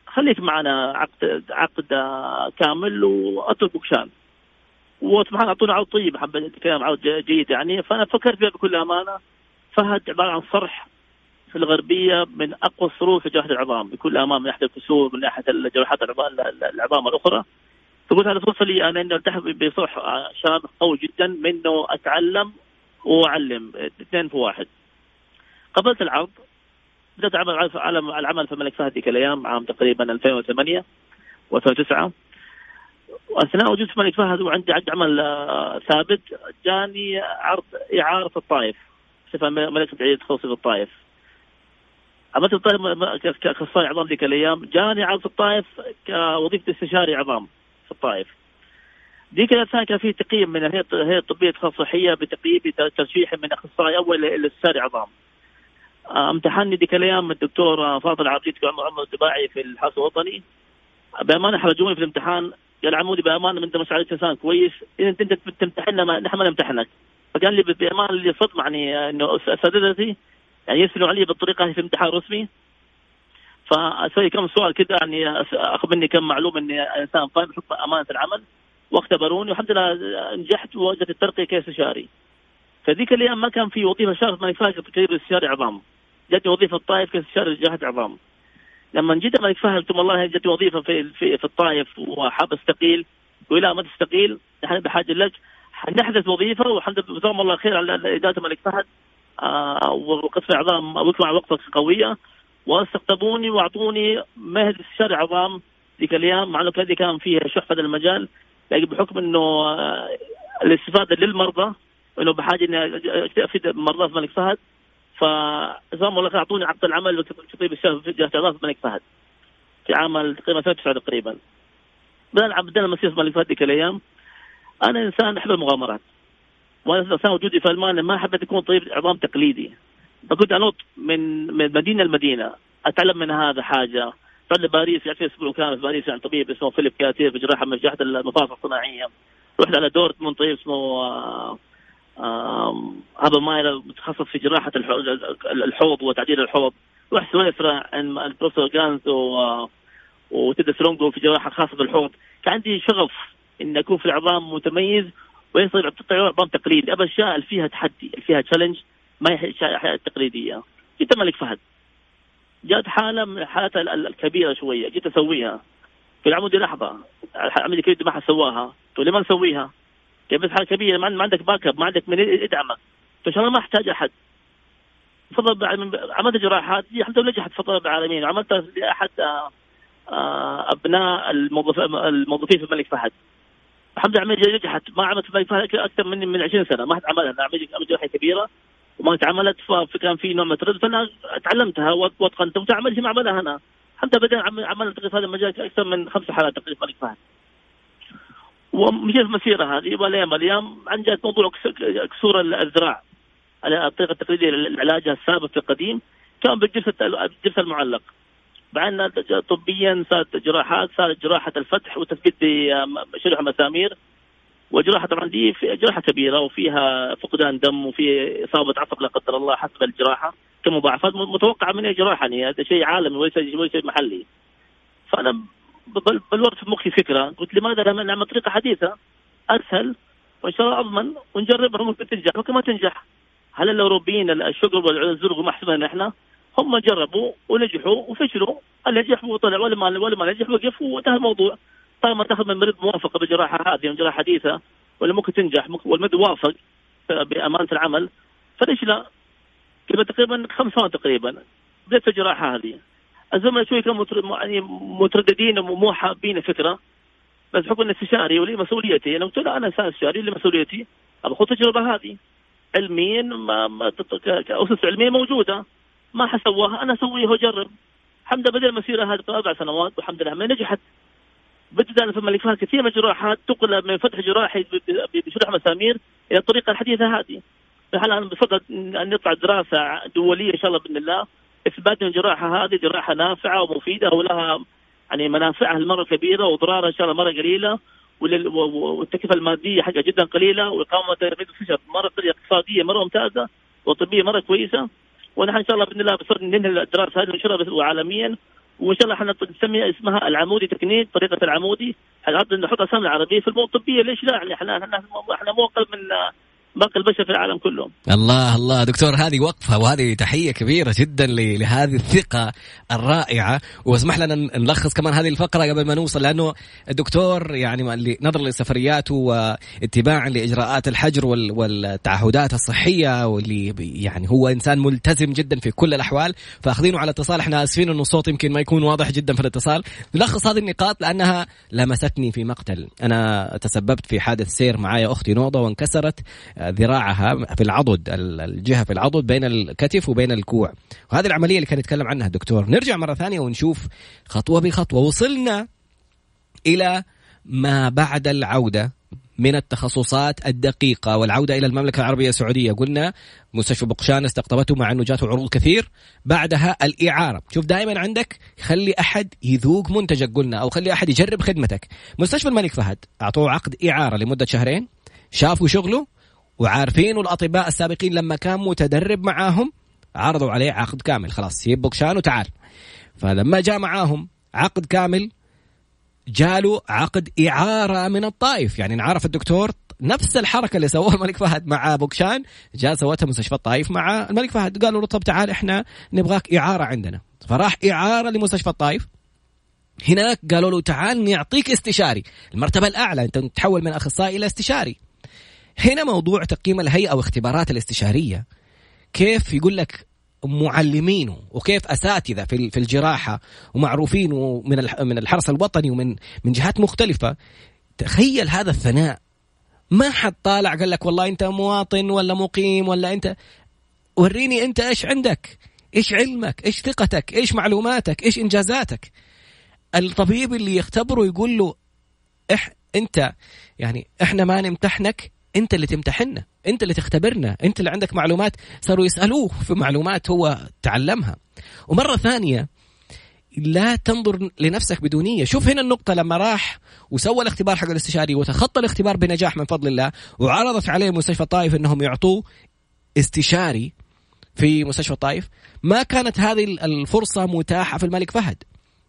B: خليك معنا عقد عقد كامل واترك بوكشان. وسبحان الله اعطونا عرض طيب، حبيت كلام عرض جيد يعني. فانا فكرت فيها بكل امانه. فهد عباره عن صرح في الغربيه من اقوى الصروح في جراحه العظام بكل امانه، من ناحيه الكسور، من ناحيه الجراحات العظام العظام الاخرى. فقلت هذا فرصه لي انا اني التحق بصرح شاب قوي جدا منه اتعلم واعلم، اثنين في واحد. قبلت العرض، بدأت أعمل على العمل في الملك فهد ذيك الأيام، عام تقريبا ألفين وثمانية وألفين وتسعة. وأثناء وجود في الملك فهد وعندي عقد عمل ثابت، جاني عرض إعارة في الطائف، صفة ملك بعيد خاص في الطائف. عملت الطائف كأخصائي عظام ذيك الأيام، جاني عرض في الطائف كوظيفة استشاري عظام في الطائف. ذيك الأيام كان في تقييم من الهيئة الطبية الصحية بتقييم ترشيح من أخصائي أول إلى استشاري عظام. امتحني ذيك الايام الدكتور فاضل عبديت عمر عمر الدباعي في الحرس الوطني. بامانه حرجوني في الامتحان، قال عمودي بامانه انت مش عارف انسان كويس، اذا انت انت تمتحننا ما نحن ما نمتحنك. فقال لي بامانه اللي صدم يعني انه اساتذتي يعني يسالوا علي بالطريقه هي في امتحان رسمي. فاسوي كم سؤال كذا يعني اخذ مني كم معلومه اني انسان فاهم بحكم امانه العمل، واختبروني والحمد لله نجحت ووجدت الترقيه كاستشاري. فذيك الايام ما كان في وظيفه شارف ملك فهد كثير استشاري عظام، جاتني وظيفه الطائف كاستشاري جراحه عظام. لما جيت ملك فهد قلت والله جاتني وظيفه في في, في الطائف وحاب استقيل، يقول لا ما تستقيل نحن بحاجه لك، نحدث وظيفه والحمد لله جزاهم الله خير على اداره ملك فهد آه وقسم عظام وقفوا وقفه قويه واستقطبوني واعطوني مهد استشاري عظام ذيك الايام، مع انه كان فيها شح في هذا المجال، لكن بحكم انه آه الاستفاده للمرضى انه بحاجه اني افيد مرضى في ملك فهد. فزام الله اعطوني عقد العمل وكتب الشهر في جهه عظام ملك فهد في عام تقريبا ألفين وتسعة تقريبا. بدأنا بدأنا مسيره ملك فهد ذيك الايام. انا انسان احب المغامرات، وانا انسان وجودي في المانيا ما حبيت اكون طبيب عظام تقليدي، فكنت انط من من مدينه لمدينه اتعلم من هذا حاجه. رحت لباريس يعني في اسبوع كان في باريس عن طبيب اسمه فيليب كاتير في جراحه من جراحه المفاصل الصناعيه. رحت على دورتموند طبيب اسمه هذا مايلر متخصص في جراحة الحوض وتعديل الحوض. رحت سويسرا عند البروفيسور جانز وتدرس لونجو في جراحة خاصة بالحوض. كان عندي شغف إن أكون في العظام متميز ويصير عظام تقليدي، أبى أشياء فيها تحدي فيها تشالنج ما هي أشياء تقليدية. جيت ملك فهد جات حالة من الحالات الكبيرة شوية جيت أسويها في العمودي لحظة، عمودي كبير ما حسواها، تقول لي ما نسويها كيف؟ بس حاجة كبيرة ما عندك باك اب، ما عندك من يدعمك، فشان ما احتاج احد. فضل عملت جراحات الحمد لله نجحت فضل العالمين، وعملتها لاحد ابناء الموظفين في الملك فهد الحمد لله عملت نجحت. ما عملت في الملك فهد اكثر من من عشرين سنه ما حد عملها، عملت جراحه كبيره وما اتعملت، فكان في نوع من التردد فانا تعلمتها واتقنتها وتعملت ما عملها انا. الحمد لله بدأنا عملت في هذا المجال اكثر من خمس حالات تقريبا ملك فهد. ومشيت في المسيرة هذه والأيام الأيام عندي موضوع كسور الذراع على الطريقة التقليدية للعلاج الثابت القديم، كان بالجلسة الجلسة المعلق. بعدين طبيا صارت جراحات، صارت جراحة الفتح وتثبيت بشريحة مسامير، وجراحة طبعا دي في جراحة كبيرة وفيها فقدان دم وفي إصابة عصب لا قدر الله حسب الجراحة كمضاعفات متوقعة من الجراحة، يعني هذا شيء عالمي وليس شيء محلي. فأنا بلورت في مخي فكرة، قلت لماذا لا نعمل طريقة حديثة أسهل وإن شاء الله أضمن ونجربها ممكن تنجح ممكن ما تنجح. هل الأوروبيين الشغل والزرق ما حسبنا إحنا؟ هم جربوا ونجحوا وفشلوا، اللي نجح وطلع ولا ما ولا ما نجح وقف وانتهى الموضوع. طالما تاخذ من مريض موافقة بالجراحة هذه وجراحة حديثة ولا ممكن تنجح والمريض وافق بأمانة العمل فليش لا؟ كذا تقريبا خمس سنوات تقريبا بدأت الجراحة هذه. الزملاء شوي كانوا يعني مترددين ومو حابين الفكره، بس بحكم ان استشاري ولي مسؤوليتي انا قلت له انا انسان استشاري اللي مسؤوليتي ابغى اخذ التجربه هذه علميا ما, ما كاسس علميه موجوده ما حسواها انا اسويها واجرب. الحمد لله بدأ المسيره هذه اربع سنوات والحمد لله ما نجحت. بدأنا في الملك فهد كثير من الجراحات تقلب من فتح جراحي بشرح مسامير الى الطريقه الحديثه هذه. الحين بفضل ان نطلع دراسه دوليه ان شاء الله باذن الله إثبات أن الجراحة هذه جراحة نافعة ومفيدة ولها يعني منافعها المرة كبيرة وضرارها إن شاء الله مرة قليلة، والتكلفة المادية حاجة جدا قليلة، وإقامة تربية الفشل مرة اقتصادية مرة ممتازة وطبية مرة كويسة. ونحن إن شاء الله بإذن الله بصير ننهي الدراسة هذه وننشرها عالميا وإن شاء الله احنا نسميها اسمها العمودي تكنيك، طريقة العمودي، حنحط نحط أسامي العربية في المواد الطبية. ليش لا؟ يعني احنا احنا احنا مو أقل من باقي البشر في العالم كلهم.
A: الله الله دكتور، هذه وقفة وهذه تحية كبيرة جدا لهذه الثقة الرائعة. واسمح لنا نلخص كمان هذه الفقرة قبل ما نوصل، لأنه الدكتور يعني نظرا لسفرياته واتباعا لإجراءات الحجر والتعهدات الصحية، واللي يعني هو إنسان ملتزم جدا في كل الأحوال، فأخذينه على اتصال. احنا آسفين إنه الصوت يمكن ما يكون واضح جدا في الاتصال. نلخص هذه النقاط لأنها لمستني في مقتل. أنا تسببت في حادث سير معايا أختي نوضة، وانكسرت ذراعها في العضد، الجهة في العضد بين الكتف وبين الكوع، وهذه العملية اللي كان يتكلم عنها الدكتور. نرجع مرة ثانية ونشوف خطوة بخطوة. وصلنا إلى ما بعد العودة من التخصصات الدقيقة والعودة إلى المملكة العربية السعودية. قلنا مستشفى بقشان استقطبته مع أنه جاته عروض كثير. بعدها الإعارة. شوف دائما عندك خلي أحد يذوق منتجك قلنا، أو خلي أحد يجرب خدمتك. مستشفى الملك فهد أعطوه عقد إعارة لمدة شهرين، شافوا شغله وعارفين، الأطباء السابقين لما كان متدرب معاهم عرضوا عليه عقد كامل، خلاص سيب بوكشان وتعال. فلما جاء معاهم عقد كامل جاله عقد إعارة من الطائف. يعني نعرف الدكتور نفس الحركة اللي سووها الملك فهد مع بوكشان جاء سوتها مستشفى الطائف مع الملك فهد. قالوا له طب تعال احنا نبغاك إعارة عندنا، فراح إعارة لمستشفى الطائف. هناك قالوا له تعال نعطيك استشاري، المرتبة الأعلى، انت تتحول من أخصائي إلى استشاري. هنا موضوع تقييم الهيئة واختبارات الاستشارية، كيف يقول لك معلمينه وكيف أساتذة في في الجراحة ومعروفين من من الحرس الوطني ومن من جهات مختلفة. تخيل هذا الثناء، ما حد طالع قال لك والله أنت مواطن ولا مقيم ولا أنت، وريني أنت إيش عندك، إيش علمك، إيش ثقتك، إيش معلوماتك، إيش إنجازاتك. الطبيب اللي يختبره يقول له إح أنت يعني إحنا ما نمتحنك، أنت اللي تمتحننا، أنت اللي تختبرنا، أنت اللي عندك معلومات. صاروا يسألوه في معلومات هو تعلمها. ومرة ثانية لا تنظر لنفسك بدونية. شوف هنا النقطة، لما راح وسوى الاختبار حق الاستشاري وتخطى الاختبار بنجاح من فضل الله، وعرضت عليه مستشفى الطائف أنهم يعطوه استشاري في مستشفى الطائف، ما كانت هذه الفرصة متاحة في الملك فهد.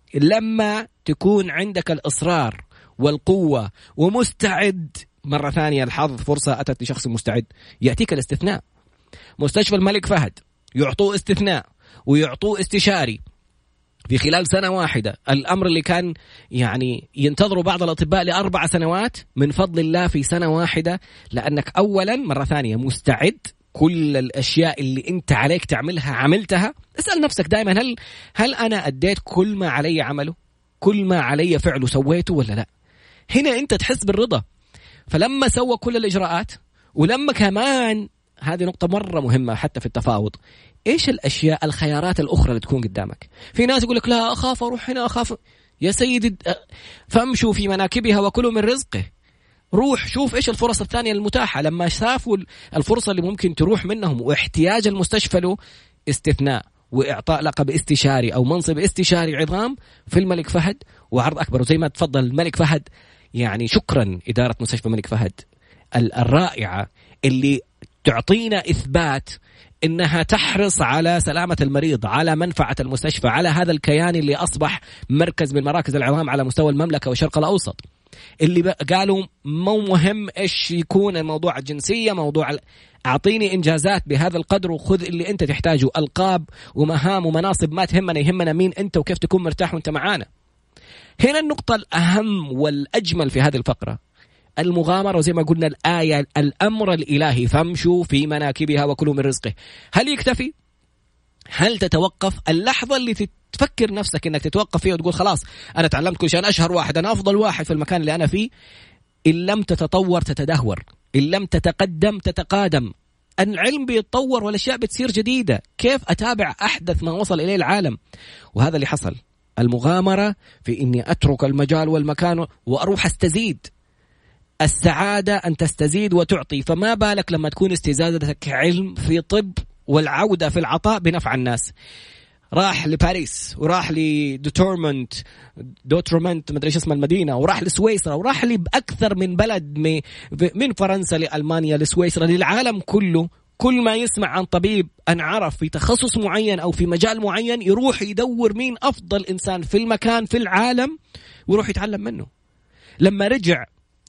A: لما تكون عندك الإصرار والقوة ومستعد، مرة ثانية الحظ فرصة أتت لشخص مستعد، يأتيك الاستثناء. مستشفى الملك فهد يعطوه استثناء ويعطوه استشاري في خلال سنة واحدة. الأمر اللي كان يعني ينتظروا بعض الأطباء لأربع سنوات، من فضل الله في سنة واحدة، لأنك أولا مرة ثانية مستعد، كل الأشياء اللي أنت عليك تعملها عملتها. اسأل نفسك دائما، هل هل أنا أديت كل ما علي عمله، كل ما علي فعله سويته ولا لا؟ هنا أنت تحس بالرضا. فلما سوى كل الإجراءات، ولما كمان هذه نقطة مرة مهمة حتى في التفاوض، إيش الأشياء الخيارات الأخرى اللي تكون قدامك؟ في ناس يقول لك لا أخاف أروح هنا، أخاف. يا سيدي فامشوا في مناكبها وكلوا من رزقه. روح شوف إيش الفرص الثانية المتاحة. لما شافوا الفرصة اللي ممكن تروح منهم واحتياج المستشفى له، استثناء وإعطاء لقب استشاري أو منصب استشاري عظام في الملك فهد وعرض أكبر. وزي ما تفضل الملك فهد، يعني شكرا إدارة مستشفى الملك فهد الرائعة اللي تعطينا إثبات إنها تحرص على سلامة المريض، على منفعة المستشفى، على هذا الكيان اللي أصبح مركز من مراكز العظام على مستوى المملكة والشرق الأوسط. اللي قالوا مو مهم إيش يكون الموضوع الجنسية، موضوع أعطيني إنجازات بهذا القدر وخذ اللي أنت تحتاجه، ألقاب ومهام ومناصب ما تهمنا، يهمنا مين أنت وكيف تكون مرتاح وأنت معانا. هنا النقطة الأهم والأجمل في هذه الفقرة، المغامرة. وزي ما قلنا الآية، الأمر الإلهي، فامشوا في مناكبها وكلوا من رزقه. هل يكتفي؟ هل تتوقف؟ اللحظة اللي تفكر نفسك أنك تتوقف فيها وتقول خلاص أنا تعلمت كل شيء، أنا أشهر واحد، أنا أفضل واحد في المكان اللي أنا فيه، إن لم تتطور تتدهور، إن لم تتقدم تتقادم. العلم بيتطور والأشياء بتصير جديدة. كيف أتابع أحدث ما وصل إليه العالم؟ وهذا اللي حصل. المغامرة في إني أترك المجال والمكان وأروح أستزيد. السعادة أن تستزيد وتعطي، فما بالك لما تكون استزادتك علم في طب والعودة في العطاء بنفع الناس. راح لباريس وراح لدوتورمنت دوتورمنت مدري ايش اسم المدينة، وراح لسويسرا، وراح لأكثر من بلد من فرنسا لألمانيا لسويسرا للعالم كله، كل ما يسمع عن طبيب انعرف في تخصص معين أو في مجال معين يروح يدور مين أفضل إنسان في المكان في العالم ويروح يتعلم منه. لما رجع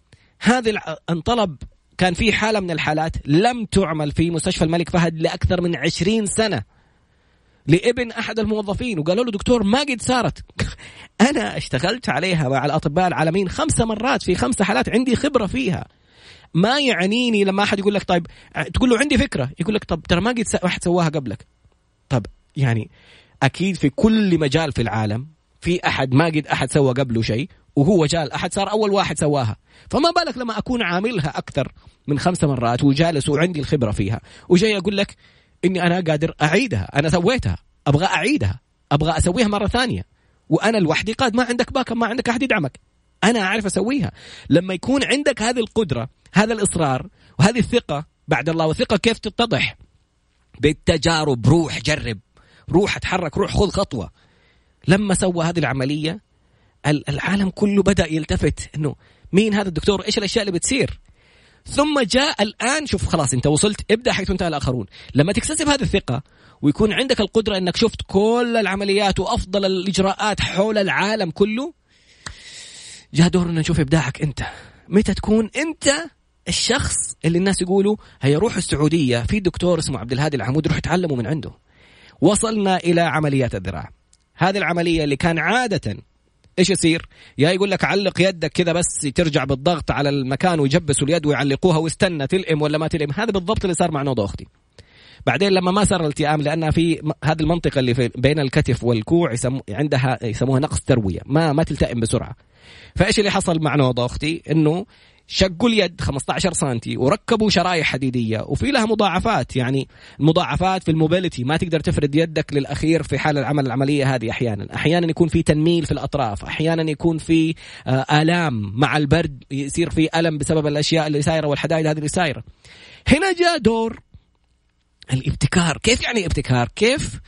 A: هذا انطلب، كان في حالة من الحالات لم تعمل في مستشفى الملك فهد لأكثر من عشرين سنة لابن أحد الموظفين، وقالوا له دكتور ما قد صارت. أنا اشتغلت عليها مع الأطباء العالمين خمس مرات في خمس حالات، عندي خبرة فيها. ما يعنيني لما أحد يقول لك طيب تقول له عندي فكرة، يقول لك طب ترى ما قد واحد سواها قبلك. طب يعني أكيد في كل مجال في العالم في أحد ما قد أحد سوى قبله شيء وهو جال أحد صار أول واحد سواها، فما بالك لما أكون عاملها أكثر من خمس مرات وجالس وعندي الخبرة فيها وجاي أقول لك إني أنا قادر أعيدها، أنا سويتها أبغى أعيدها، أبغى أسويها مرة ثانية، وأنا لوحدي قاد، ما عندك باك، ما عندك أحد يدعمك، أنا أعرف أسويها. لما يكون عندك هذه القدرة، هذا الإصرار وهذه الثقة بعد الله، والثقة كيف تتضح؟ بالتجارب. روح جرب، روح اتحرك، روح خذ خطوة. لما سوى هذه العملية العالم كله بدأ يلتفت إنه مين هذا الدكتور، إيش الأشياء اللي بتصير. ثم جاء الآن، شوف خلاص أنت وصلت، ابدأ حيث انتهى الآخرون. لما تكتسب هذه الثقة ويكون عندك القدرة أنك شفت كل العمليات وأفضل الإجراءات حول العالم كله، جاء دورنا نشوف إبداعك أنت. متى تكون أنت الشخص اللي الناس يقولوا هيا روح السعودية في دكتور اسمه عبد الهادي العمودي، روح تعلموا من عنده. وصلنا إلى عمليات الذراع. هذه العملية اللي كان عادة إيش يصير؟ يا يقول لك علق يدك كذا بس ترجع بالضغط على المكان ويجبسوا اليد ويعلقوها واستنى تلئم ولا ما تلئم. هذا بالضبط اللي صار مع نوضة أختي. بعدين لما ما صار الالتئام، لأنها في هذه المنطقة اللي في بين الكتف والكوع يسمو عندها يسموها نقص تروية، ما ما تلتئم بسرعة. فإيش اللي حصل مع نوضة أختي؟ إنه شقوا اليد خمسة عشر سنتي وركبوا شرايح حديدية، وفي لها مضاعفات. يعني المضاعفات في الموبيليتي، ما تقدر تفرد يدك للأخير في حال العمل العملية هذه. أحيانا أحيانا يكون في تنميل في الأطراف، أحيانا يكون في آلام مع البرد، يصير في ألم بسبب الأشياء اللي سايرة والحدائد هذه اللي سايرة. هنا جاء دور الابتكار. كيف يعني ابتكار؟ كيف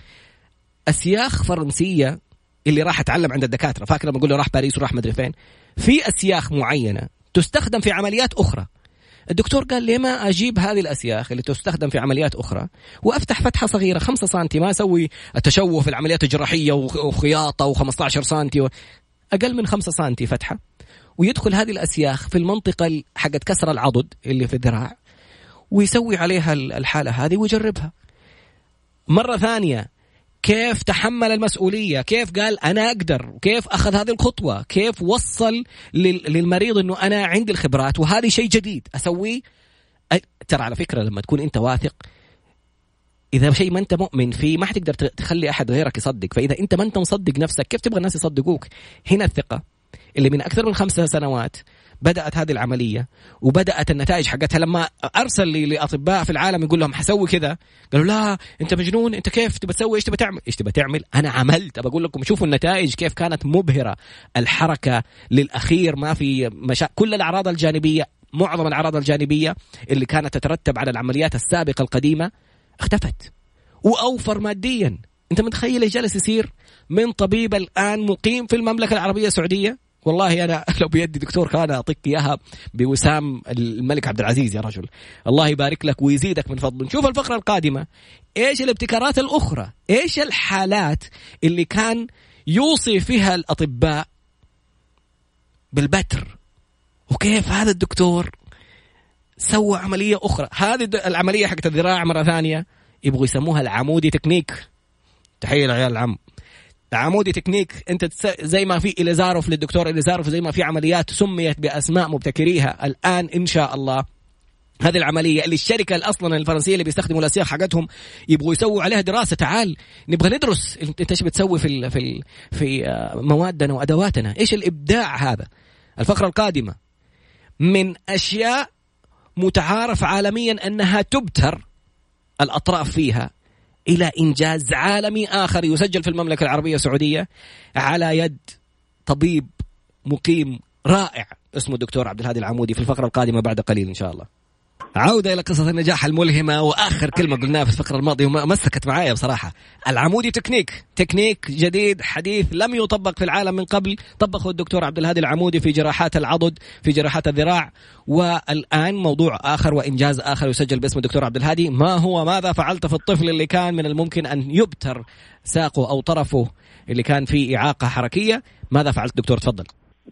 A: أسياخ فرنسية اللي راح أتعلم عند الدكاترة، فاكر لما أقول له راح باريس وراح مدري فين، في أسياخ معينة تستخدم في عمليات أخرى. الدكتور قال لي ما أجيب هذه الأسياخ اللي تستخدم في عمليات أخرى وأفتح فتحة صغيرة خمسة سنتي، ما أسوي التشوه في العمليات الجراحية وخياطة وخمسة عشر سنتي و... أقل من خمسة سنتي فتحة، ويدخل هذه الأسياخ في المنطقة حقت كسر العضد اللي في الذراع ويسوي عليها الحالة هذه ويجربها مرة ثانية. كيف تحمل المسؤولية، كيف قال أنا أقدر، كيف أخذ هذه الخطوة، كيف وصل للمريض أنه أنا عندي الخبرات وهذا شيء جديد أسويه. ترى على فكرة لما تكون أنت واثق، إذا شيء ما أنت مؤمن فيه ما حتقدر تخلي أحد غيرك يصدق. فإذا أنت ما أنت مصدق نفسك كيف تبغى الناس يصدقوك؟ هنا الثقة اللي من أكثر من خمسة سنوات بدأت هذه العملية وبدأت النتائج حقتها. لما أرسل لي لأطباء في العالم يقول لهم حسوي كذا، قالوا لا أنت مجنون، أنت كيف تبى تسوي، إيش تبى تعمل، إيش تبى تعمل. أنا عملت، أبى أقول لكم شوفوا النتائج كيف كانت مبهرة. الحركة للأخير ما في مشا... كل الأعراض الجانبية، معظم الأعراض الجانبية اللي كانت تترتب على العمليات السابقة القديمة اختفت، وأوفر ماديا. أنت متخيل إيش جالس يصير من طبيب الآن مقيم في المملكة العربية السعودية؟ والله أنا لو بيدي دكتور كان أعطيك إياها بوسام الملك عبد العزيز. يا رجل الله يبارك لك ويزيدك من فضله. نشوف الفقرة القادمة إيش الابتكارات الأخرى، إيش الحالات اللي كان يوصي فيها الأطباء بالبتر، وكيف هذا الدكتور سوى عملية أخرى. هذه العملية حقت الذراع مرة ثانية يبغوا يسموها العمودي تكنيك. تحية لعيال العم، عمودي تكنيك. انت زي ما في إليزاروف للدكتور إليزاروف، زي ما في عمليات سميت بأسماء مبتكريها الآن إن شاء الله. هذه العملية اللي الشركة الأصلا الفرنسية اللي بيستخدموا الأسياخ حقتهم يبغوا يسووا عليها دراسة. تعال نبغى ندرس انت ايش بتسوي في ال في ال في موادنا وأدواتنا. ايش الإبداع هذا؟ الفقرة القادمة من أشياء متعارف عالميا أنها تبتر الأطراف فيها إلى إنجاز عالمي آخر يسجل في المملكة العربية السعودية على يد طبيب مقيم رائع اسمه الدكتور عبد الهادي العمودي. في الفقرة القادمة بعد قليل إن شاء الله. عودة إلى قصة النجاح الملهمة، وآخر كلمة قلناها في الفقرة الماضية ومسكت معايا بصراحة. العمودي تكنيك تكنيك جديد حديث لم يطبق في العالم من قبل، طبقه الدكتور عبد الهادي العمودي في جراحات العضد، في جراحات الذراع. والآن موضوع آخر وإنجاز آخر يسجل باسم الدكتور عبد الهادي. ما هو ماذا فعلت في الطفل اللي كان من الممكن أن يبتر ساقه أو طرفه اللي كان فيه إعاقة حركية؟ ماذا فعلت دكتور؟ تفضل.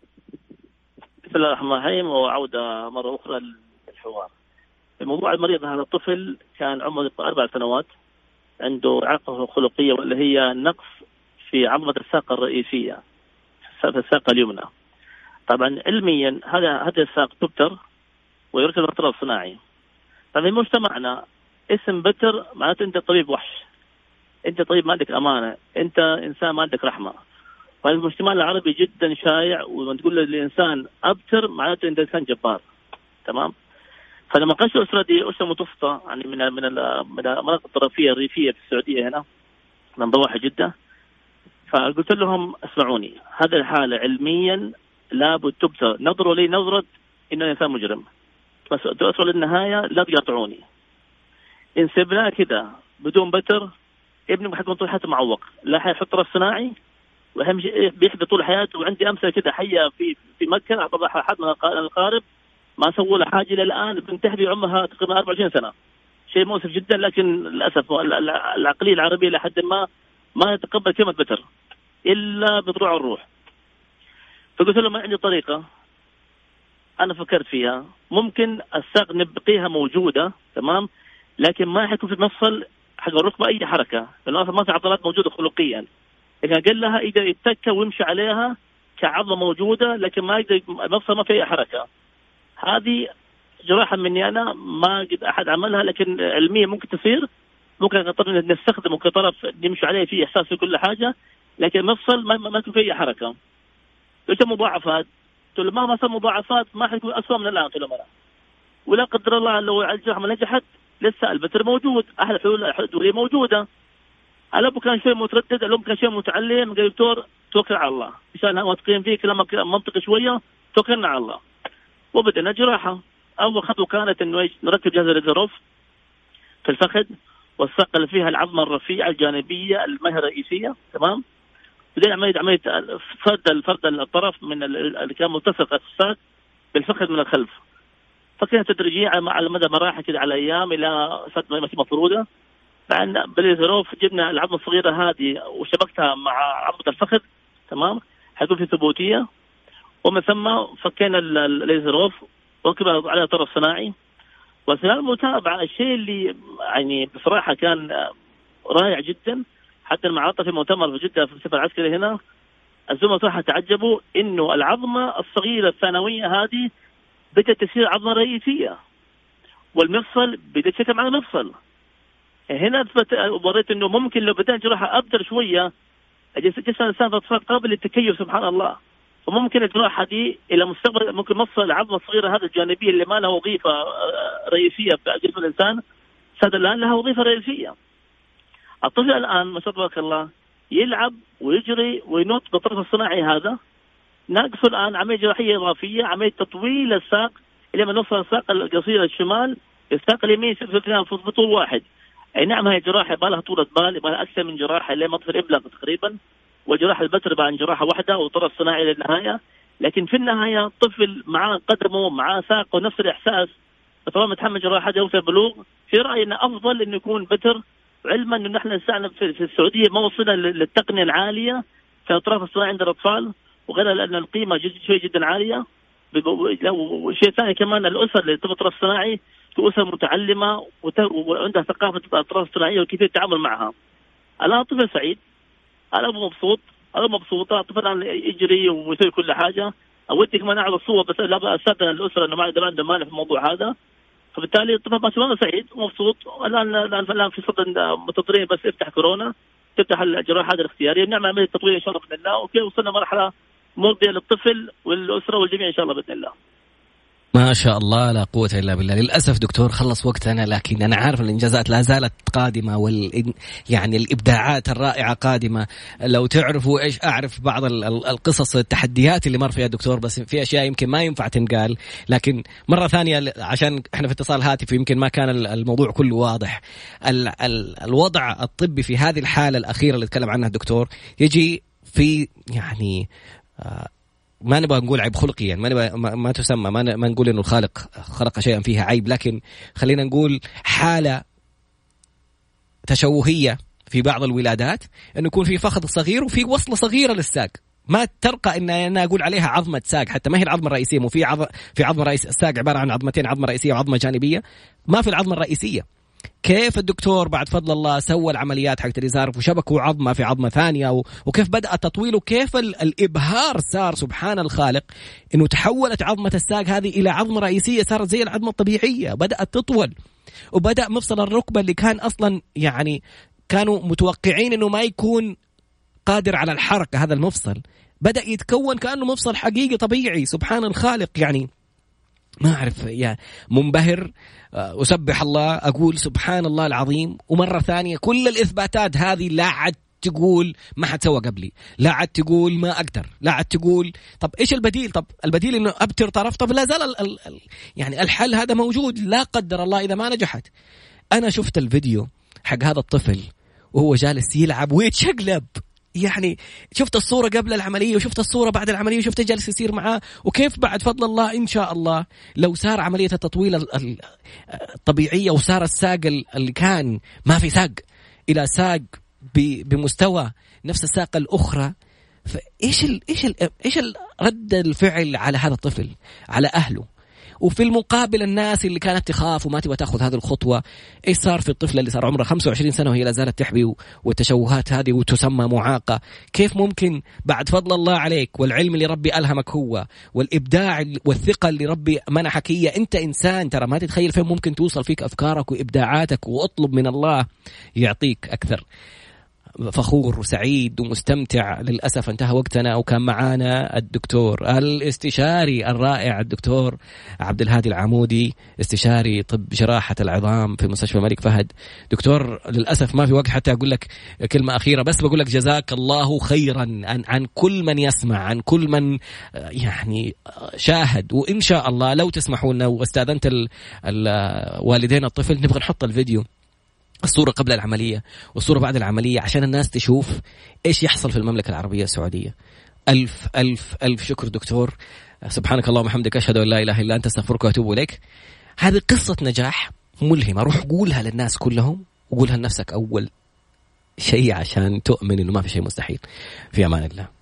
B: بسم الله الرحمن الرحيم، وعودة مرة أخرى للحوار. الموضوع المريض هذا الطفل كان عمره أربع سنوات، عنده إعاقة خلقية واللي هي نقص في عظمة الساق الرئيسية في الساق اليمنى. طبعا علميا هذا هذا الساق تبتر ويركب اطراف صناعي. طبعا في مجتمعنا اسم بتر معناته انت طبيب وحش، انت طبيب ما عندك امانه، انت انسان ما عندك رحمه. فالمجتمع العربي جدا شايع، ولما تقول للانسان ابتر معناته انت انسان جبار. تمام. فلما قشت الاسره دي اسره متوسطه يعني من من من المناطق الطرفيه الريفيه في السعوديه هنا من ضواحي جده، فقلت لهم اسمعوني، هذه الحاله علميا لابد تبتر، نظروا لي نظره انه انسان مجرم، بس توصلوا للنهايه لا تقاطعوني. ان سبناه كذا بدون بتر ابني حيكون طول حياته معوق، لا حيحط راس صناعي واهم شيء بيحبي طول حياته. وعندي امثله كذا حيه في في مكه، اعطى احد من القارب ما سووا له حاجه الى الان، بنتهبي عمرها تقريبا أربعة وعشرين سنه، شيء مؤسف جدا. لكن للاسف العقليه العربيه لحد ما ما تتقبل كلمه بتر الا بطلوع الروح. فقلت له ما عندي طريقه انا فكرت فيها، ممكن الساق نبقيها موجوده تمام، لكن ما حيكون في مفصل حق الركبه اي حركه، لانه اصلا ما في عضلات موجوده خلقيا. لكن قال لها يقدر يتكى ويمشي عليها كعضله موجوده، لكن ما يقدر المفصل ما في اي حركه. هذه جراحه مني انا ما قد احد عملها، لكن علميا ممكن تصير، ممكن طبعا نستخدمه كطرف نمشي عليه فيه احساس في كل حاجه، لكن المفصل ما ما يكون فيه اي حركه. قلت مضاعفات، قلت له مهما صار مضاعفات ما حيكون اسوء من الان. قلت له مرة. ولا قدر الله لو الجراحه ما نجحت لسه البتر موجود، احد الحلول الدوليه موجوده. الاب كان شوي متردد، الام كان شوي متعلم، قال دكتور توكل على الله، عشان واثقين فيه كلامك منطقي شويه، توكلنا على الله. وبدأنا جراحه. اول خطوه كانت انه نركب جهاز الريزروف في الفخذ والساق اللي فيها العظمه الرفيعه الجانبيه ما هي رئيسيه. تمام. بدأنا عمليه عمليه فرد الفرد الطرف من اللي كان ملتصق الساق بالفخذ من الخلف. فكانت تدريجيا على مدى مراحل كده على ايام الى صارت ماشي مفروده. بعدين بالريزروف جبنا العظمه الصغيره هذه وشبكتها مع عظمه الفخذ. تمام. حيكون في ثبوتيه. ومن ثم فكينا الليزروف وركبنا على طرف صناعي. وخلال المتابعه الشيء اللي يعني بصراحه كان رائع جدا، حتى المعاطف في مؤتمر في جده في السفر العسكري هنا الزملاء صراحه تعجبوا انه العظمه الصغيره الثانويه هذه بدات تصير عظمه رئيسيه، والمفصل بدا يتشكل مع المفصل. هنا وريت انه ممكن لو بدأنا جراحه ابتر شويه جسم الانسان قابل للتكيف سبحان الله. وممكن الجراحه دي الى مستقبل ممكن مفصل العظمه الصغيره هذه الجانبيه اللي ما لها وظيفه رئيسيه في جسم الانسان صار الان لها وظيفه رئيسيه. الطفل الان ما شاء الله تبارك الله يلعب ويجري وينط بالطرف الصناعي هذا، ناقصه الان عمليه جراحيه اضافيه، عمليه تطويل الساق الى ما نوصل الساق القصير الشمال الساق اليمين في طول واحد. اي نعم هي جراحه ما لها طولة بال، ما لها اكثر من جراحه لين منطقه الابلغ تقريبا، وجراحه البتر بعد جراحه واحده وطرف صناعي للنهايه. لكن في النهايه طفل معاه قدمه معاه ساقه نفس الاحساس، طبعا متحمل جراحه يوصل بلوغ. في رايي انه افضل انه يكون بتر، علما انه نحن لسه في السعوديه ما وصلنا للتقنيه العاليه في اطراف الصناعي عند الاطفال، وغير لان القيمه جد شوي جدا عاليه. وشيء ثاني كمان الاسر اللي تبغى طرف صناعي أسر متعلمة وعندها ثقافة الأطراف الصناعية وكيف التعامل معها. الآن طفل سعيد، الأب مبسوط، الأم مبسوطة، الطفل الآن يجري ويسوي كل حاجة. أودي كمان أعرض الصور بس لا بأستاذن الأسرة إنه ما عنده مانع في الموضوع هذا. فبالتالي الطفل ما شاء الله سعيد ومبسوط. الآن الآن الآن في صدد متطورين بس افتح كورونا تفتح الجراحة هذه الاختيارية، نعمل عملية تطوير إن شاء الله بإذن الله. وكيف وصلنا مرحلة مرضية للطفل والأسرة والجميع إن شاء الله بإذن الله.
A: ما شاء الله لا قوة إلا بالله. للأسف دكتور خلص وقتنا، لكن أنا عارف الإنجازات لا زالت قادمة، وال يعني الإبداعات الرائعة قادمة. لو تعرفوا إيش أعرف بعض القصص التحديات اللي مر فيها دكتور، بس في أشياء يمكن ما ينفع تنقال. لكن مرة ثانية عشان إحنا في اتصال هاتفي يمكن ما كان الموضوع كله واضح. ال ال الوضع الطبي في هذه الحالة الأخيرة اللي تكلم عنها الدكتور يجي في يعني آه ما نبغى نقول عيب خلقي، يعني ما نبغى ما, ما تسمى ما, ما نقول إنه الخالق خلق شيئا فيها عيب، لكن خلينا نقول حالة تشوهية في بعض الولادات، إنه يكون في فخذ صغير وفي وصلة صغيرة للساق، ما ترقى إن أنا أقول عليها عظمة ساق، حتى ما هي العظمة الرئيسية. مو في عظمة في عظمة رئيس الساق عبارة عن عظمتين، عظمة رئيسية وعظمة جانبية، ما في العظمة الرئيسية. كيف الدكتور بعد فضل الله سوى العمليات حق الإزار وشبكوا عظمة في عظمة ثانية، وكيف بدأ التطويل، وكيف الإبهار صار سبحان الخالق إنه تحولت عظمة الساق هذه إلى عظمة رئيسية صارت زي العظمة الطبيعية، بدأت تطول. وبدأ مفصل الركبة اللي كان أصلا يعني كانوا متوقعين إنه ما يكون قادر على الحركة، هذا المفصل بدأ يتكون كأنه مفصل حقيقي طبيعي. سبحان الخالق، يعني ما أعرف يا منبهر، أسبح الله، أقول سبحان الله العظيم. ومرة ثانية كل الإثباتات هذه لا عد تقول ما حد سوى قبلي، لا عد تقول ما أقدر، لا عد تقول طب إيش البديل، طب البديل إنه أبتر طرف، طب لا زال ال ال يعني الحل هذا موجود، لا قدر الله إذا ما نجحت. أنا شفت الفيديو حق هذا الطفل وهو جالس يلعب ويتشقلب، يعني شفت الصورة قبل العملية وشفت الصورة بعد العملية وشفت جالس يصير معاه، وكيف بعد فضل الله إن شاء الله لو صار عملية التطويل الطبيعية وصار الساق اللي كان ما في ساق إلى ساق بمستوى نفس الساق الأخرى، فإيش ال إيش ال إيش رد الفعل على هذا الطفل، على أهله؟ وفي المقابل الناس اللي كانت تخاف وما تبغى تاخذ هذه الخطوة، ايش صار في الطفل اللي صار عمره خمسة وعشرين سنة وهي لا زالت تحبي والتشوهات هذه وتسمى معاقة؟ كيف ممكن بعد فضل الله عليك والعلم اللي ربي ألهمك هو والإبداع والثقة اللي ربي منحك هي، أنت إنسان ترى ما تتخيل فين ممكن توصل فيك أفكارك وإبداعاتك، وأطلب من الله يعطيك أكثر. فخور وسعيد ومستمتع. للأسف انتهى وقتنا، وكان معانا الدكتور الاستشاري الرائع الدكتور عبد الهادي العمودي، استشاري طب جراحة العظام في مستشفى الملك فهد. دكتور للأسف ما في وقت حتى أقول لك كلمة أخيرة، بس بقول لك جزاك الله خيرا عن, عن كل من يسمع، عن كل من يعني شاهد. وإن شاء الله لو تسمحوا لنا واستاذنت والدين الطفل نبغى نحط الفيديو، الصورة قبل العملية والصورة بعد العملية، عشان الناس تشوف إيش يحصل في المملكة العربية السعودية. ألف ألف ألف شكر دكتور، سبحانك اللهم وبحمدك، أشهد أن لا إله إلا أنت، أستغفرك وأتوب إليك. هذه قصة نجاح ملهمة، روح قولها للناس كلهم وقولها لنفسك أول شيء عشان تؤمن إنه ما في شيء مستحيل. في أمان الله.